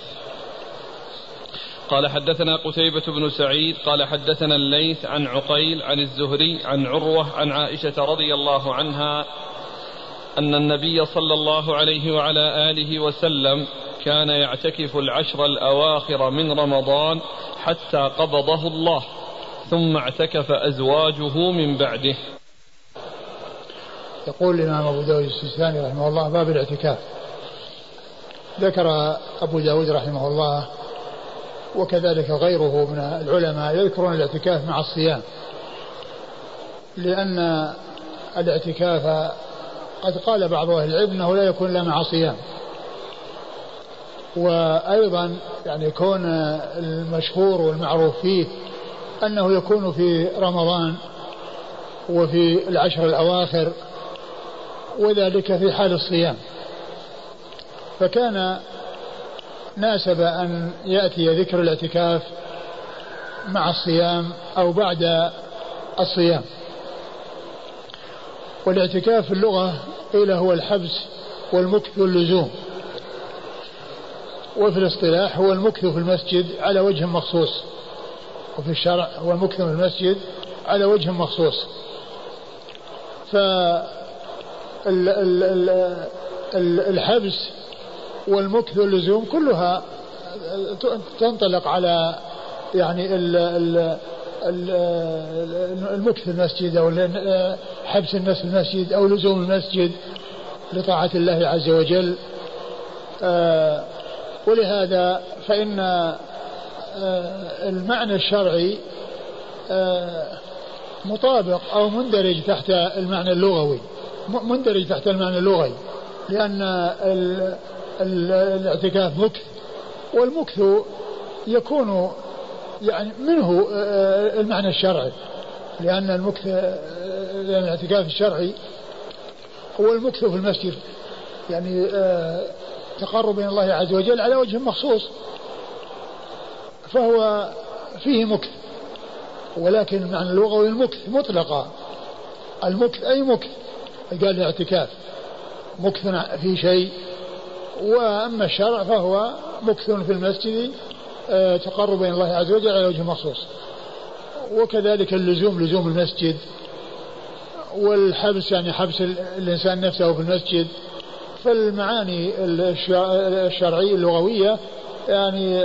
قال حدثنا قتيبة بن سعيد قال حدثنا الليث عن عقيل عن الزهري عن عروة عن عائشة رضي الله عنها أن النبي صلى الله عليه وعلى آله وسلم كان يعتكف العشر الأواخر من رمضان حتى قبضه الله، ثم اعتكف أزواجه من بعده. يقول الإمام أبو داود السجستاني رحمه الله باب الاعتكاف. ذكر أبو داود رحمه الله وكذلك غيره من العلماء يذكرون الاعتكاف مع الصيام، لأن الاعتكاف قد قال بعض أهل العلم أنه لا يكون إلا مع صيام، وأيضا يعني يكون المشهور والمعروف فيه أنه يكون في رمضان وفي العشر الأواخر، وذلك في حال الصيام. فكان ناسب أن يأتي ذكر الاعتكاف مع الصيام أو بعد الصيام. والاعتكاف في اللغة قيل هو الحبس والمكث واللزوم، وفي الاصطلاح هو المكث في المسجد على وجه مخصوص، وفي الشرع هو المكث في المسجد على وجه مخصوص. فالحبس والمكث واللزوم كلها تنطلق على يعني المكث في المسجد أو حبس الناس في المسجد أو لزوم المسجد لطاعة الله عز وجل. ولهذا فإن المعنى الشرعي مطابق أو مندرج تحت المعنى اللغوي، لأن الاعتكاف مكث، والمكث يكون يعني منه المعنى الشرعي، لأن الاعتكاف الشرعي هو المكث في المسجد، يعني تقرب إلى الله عز وجل على وجه مخصوص، فهو فيه مكث. ولكن المعنى اللغوي المكث مطلقا، المكث أي مكث، قال الاعتكاف مكث في شيء. وأما الشرع فهو مكث في المسجد تقرب إلى الله عز وجل على وجه مخصوص. وكذلك اللزوم لزوم المسجد، والحبس يعني حبس الإنسان نفسه في المسجد. فالمعاني الشرعية اللغوية يعني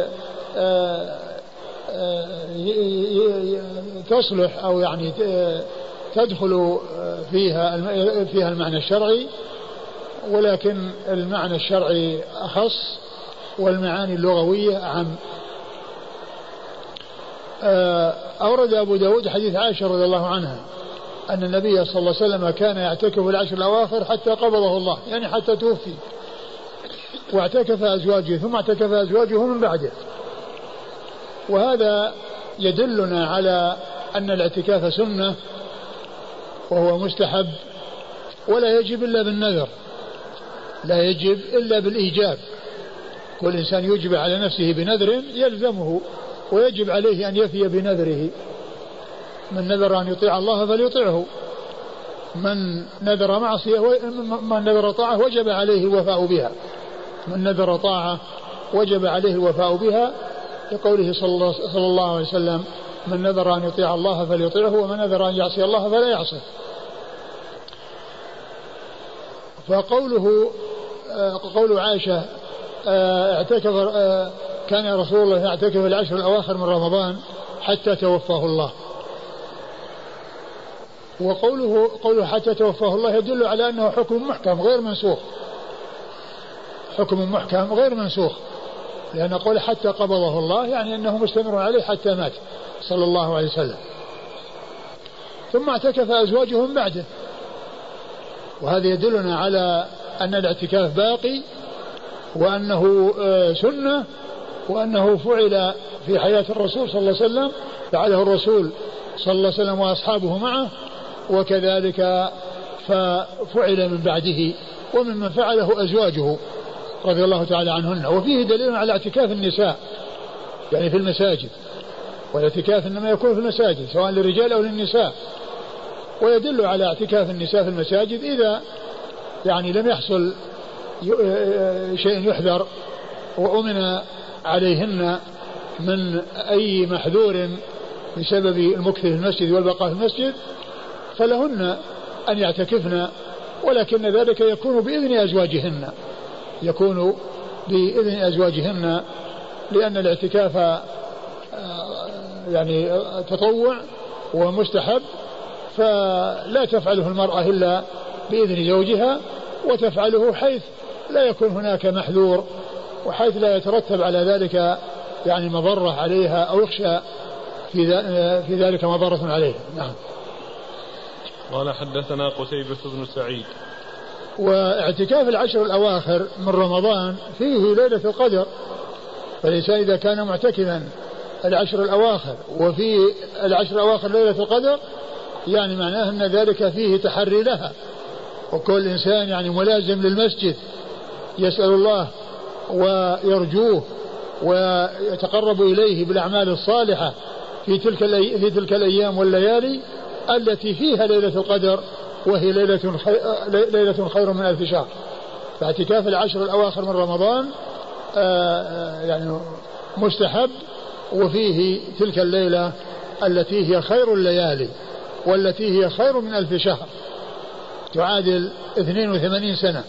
تصلح أو يعني تدخل فيها المعنى الشرعي، ولكن المعنى الشرعي أخص والمعاني اللغوية أعم. أورد أبو داود حديث عائشة رضي الله عنها أن النبي صلى الله عليه وسلم كان يعتكف العشر الأواخر حتى قبضه الله، يعني حتى توفي، واعتكف أزواجه ثم اعتكف أزواجه من بعده. وهذا يدلنا على أن الاعتكاف سنة وهو مستحب، ولا يجب إلا بالنذر، لا يجب إلا بالإيجاب. كل إنسان يجب على نفسه بنذر يلزمه، ويجب عليه أن يفي بنذره. من نذر أن يطيع الله فليطيعه، من نذر معصية من نذر طاعة وجب عليه الوفاء بها، من نذر طاعة وجب عليه الوفاء بها، لقوله صلى الله عليه وسلم: من نذر أن يطيع الله فليطيعه، ومن نذر أن يعصي الله فلا يعصيه. فقوله قول عائشة كان رسول الله يعتكف العشر الأواخر من رمضان حتى توفاه الله، وقوله حتى توفاه الله يدل على أنه حكم محكم غير منسوخ، حكم محكم غير منسوخ، لأن قول حتى قبضه الله يعني أنه مستمر عليه حتى مات صلى الله عليه وسلم. ثم اعتكف أزواجه من بعده، وهذا يدلنا على أن الاعتكاف باقي، وأنه سنة، وأنه فعل في حياة الرسول صلى الله عليه وسلم، فعله الرسول صلى الله عليه وسلم وأصحابه معه، وكذلك ففعل من بعده وممن فعله أزواجه رضي الله تعالى عنهن. وفيه دليل على اعتكاف النساء يعني في المساجد، والاعتكاف إنما يكون في المساجد سواء للرجال أو للنساء، ويدل على اعتكاف النساء في المساجد إذا يعني لم يحصل شيء يحذر وأمن عليهن من أي محذور بسبب المكث في المسجد والبقاء في المسجد، فلهن أن يعتكفن، ولكن ذلك يكون بإذن أزواجهن، يكون بإذن أزواجهن، لأن الاعتكاف يعني تطوع ومستحب، فلا تفعله المرأة إلا بإذن زوجها، وتفعله حيث لا يكون هناك محذور، وحيث لا يترتب على ذلك يعني مضرة عليها أو يخشى في ذلك مضرة عليها. نعم. قال حدثنا قتيبة بن سعيد. واعتكاف العشر الأواخر من رمضان فيه ليلة القدر، فالإنسان إذا كان معتكفا العشر الأواخر وفي العشر الأواخر ليلة القدر يعني معناه أن ذلك فيه تحري لها، وكل إنسان يعني ملازم للمسجد يسأل الله ويرجوه ويتقرب إليه بالأعمال الصالحة في تلك الأيام والليالي التي فيها ليلة القدر، وهي ليلة خير من 1000 شهر. فاعتكاف العشر الأواخر من رمضان يعني مستحب، وفيه تلك الليلة التي هي خير الليالي والتي هي خير من 1000 شهر، تعادل 82 سنة.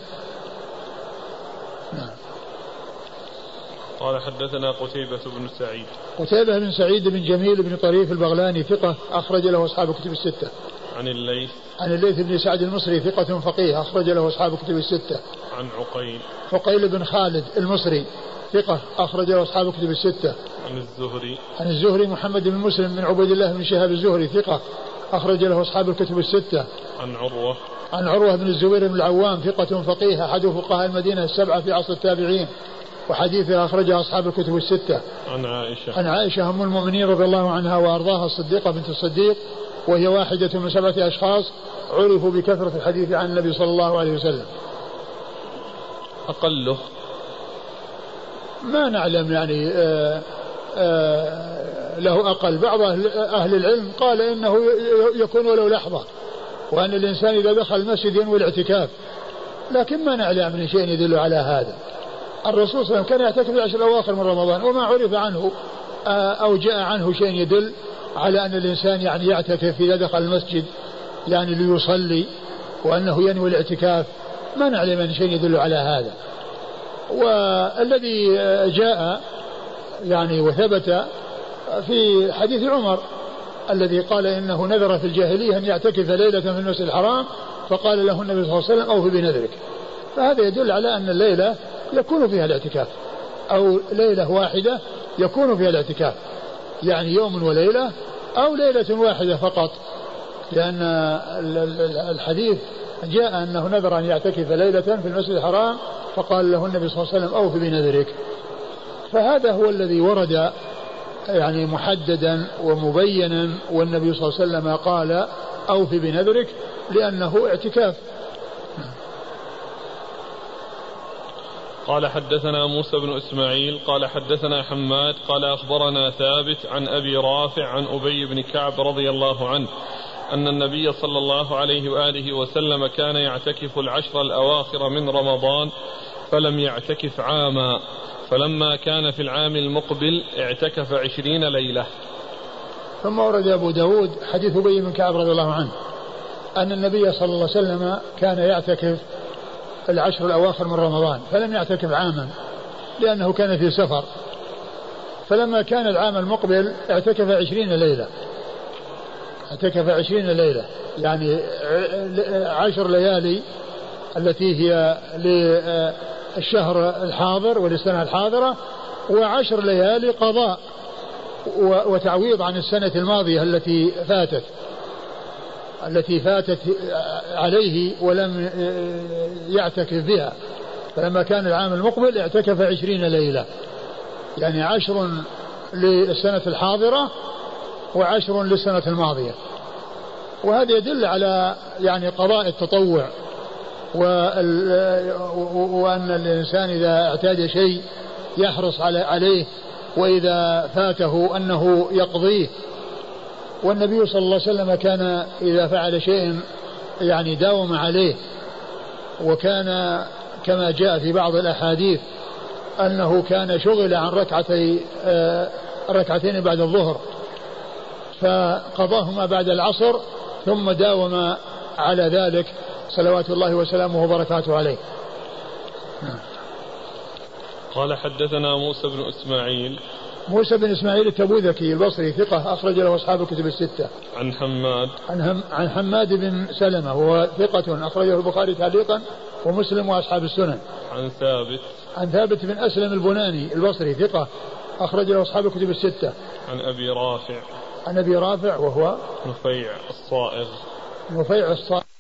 نعم. قال حدثنا قتيبة بن سعيد. قتيبة بن سعيد بن جميل بن طريف البغلاني ثقة أخرج له أصحاب الكتب الستة. عن الليث. عن الليث بن سعد المصري ثقة فقيه أخرج له أصحاب الكتب الستة. عن عقيل بن خالد المصري ثقة أخرج له أصحاب الكتب الستة. عن الزهري محمد بن مسلم بن عبيد الله بن شهاب الزهري ثقة أخرج له أصحاب الكتب الستة. عن عروة بن الزبير بن العوام ثقة فقيه أحد فقهاء المدينة السبعة في عصر التابعين، وحديثها أخرجها أصحاب الكتب الستة. عن عائشة أم المؤمنين رضي الله عنها وأرضاها الصديقة بنت الصديق، وهي واحدة من 7 أشخاص عرفوا بكثرة الحديث عن النبي صلى الله عليه وسلم. أقله ما نعلم يعني له أقل. بعض أهل العلم قال إنه يكون ولو لحظة، وأن الإنسان إذا دخل المسجد ينوي الاعتكاف، لكن ما نعلم من شيء يدل على هذا. الرسول صلى الله عليه وسلم كان يعتكف العشر الأواخر من رمضان، وما عرف عنه أو جاء عنه شيء يدل على أن الإنسان يعني يعتكف إذا دخل المسجد يعني ليصلي، وأنه ينوي الاعتكاف. ما نعلم من شيء يدل على هذا. والذي جاء يعني وثبت في حديث عمر الذي قال إنه نذر في الجاهلية أن يعتكف ليلة في المسجد الحرام، فقال له النبي صلى الله عليه وسلم أوفي بنذرك. فهذا يدل على أن الليلة يكون فيها الاعتكاف، أو ليلة واحدة يكون فيها الاعتكاف، يعني يوم وليلة أو ليلة واحدة فقط، لأن الحديث جاء أنه نذر أن يعتكف ليلة في المسجد الحرام فقال له النبي صلى الله عليه وسلم أوف بنذرك. فهذا هو الذي ورد يعني محددا ومبينا، والنبي صلى الله عليه وسلم قال أوف بنذرك لأنه اعتكاف. قال حدثنا موسى بن إسماعيل قال حدثنا حماد قال أخبرنا ثابت عن أبي رافع عن أبي بن كعب رضي الله عنه أن النبي صلى الله عليه وآله وسلم كان يعتكف العشر الأواخر من رمضان فلم يعتكف عاما، فلما كان في العام المقبل اعتكف 20 ليلة. ثم ورد أبو داود حديث أبي بن كعب رضي الله عنه أن النبي صلى الله عليه وسلم كان يعتكف العشر الأواخر من رمضان فلم يعتكف عاما لأنه كان في سفر، فلما كان العام المقبل اعتكف 20 ليلة، اعتكف 20 ليلة يعني 10 ليالي التي هي للشهر الحاضر وللسنة الحاضرة، و10 ليالي قضاء وتعويض عن السنة الماضية التي فاتت عليه ولم يعتكف بها. فلما كان العام المقبل اعتكف 20 ليلة، يعني 10 للسنة الحاضرة و10 للسنة الماضية. وهذا يدل على يعني قضاء التطوع، وأن الإنسان إذا اعتاد شيء يحرص عليه، وإذا فاته أنه يقضيه. والنبي صلى الله عليه وسلم كان إذا فعل شيء يعني داوم عليه، وكان كما جاء في بعض الأحاديث أنه كان شغل عن ركعتين بعد الظهر فقضاهما بعد العصر ثم داوم على ذلك صلوات الله وسلامه وبركاته عليه. قال حدثنا موسى بن إسماعيل. موسى بن إسماعيل التبوذكي البصري ثقة أخرج له أصحاب الكتب الستة. عن حماد. عن حماد بن سلمة وهو ثقة أخرجه البخاري تعليقا ومسلم وأصحاب السنن. عن ثابت بن أسلم البناني البصري ثقة أخرج له أصحاب الكتب الستة. عن أبي رافع. عن أبي رافع وهو نفيع الصائغ. نفيع الصائغ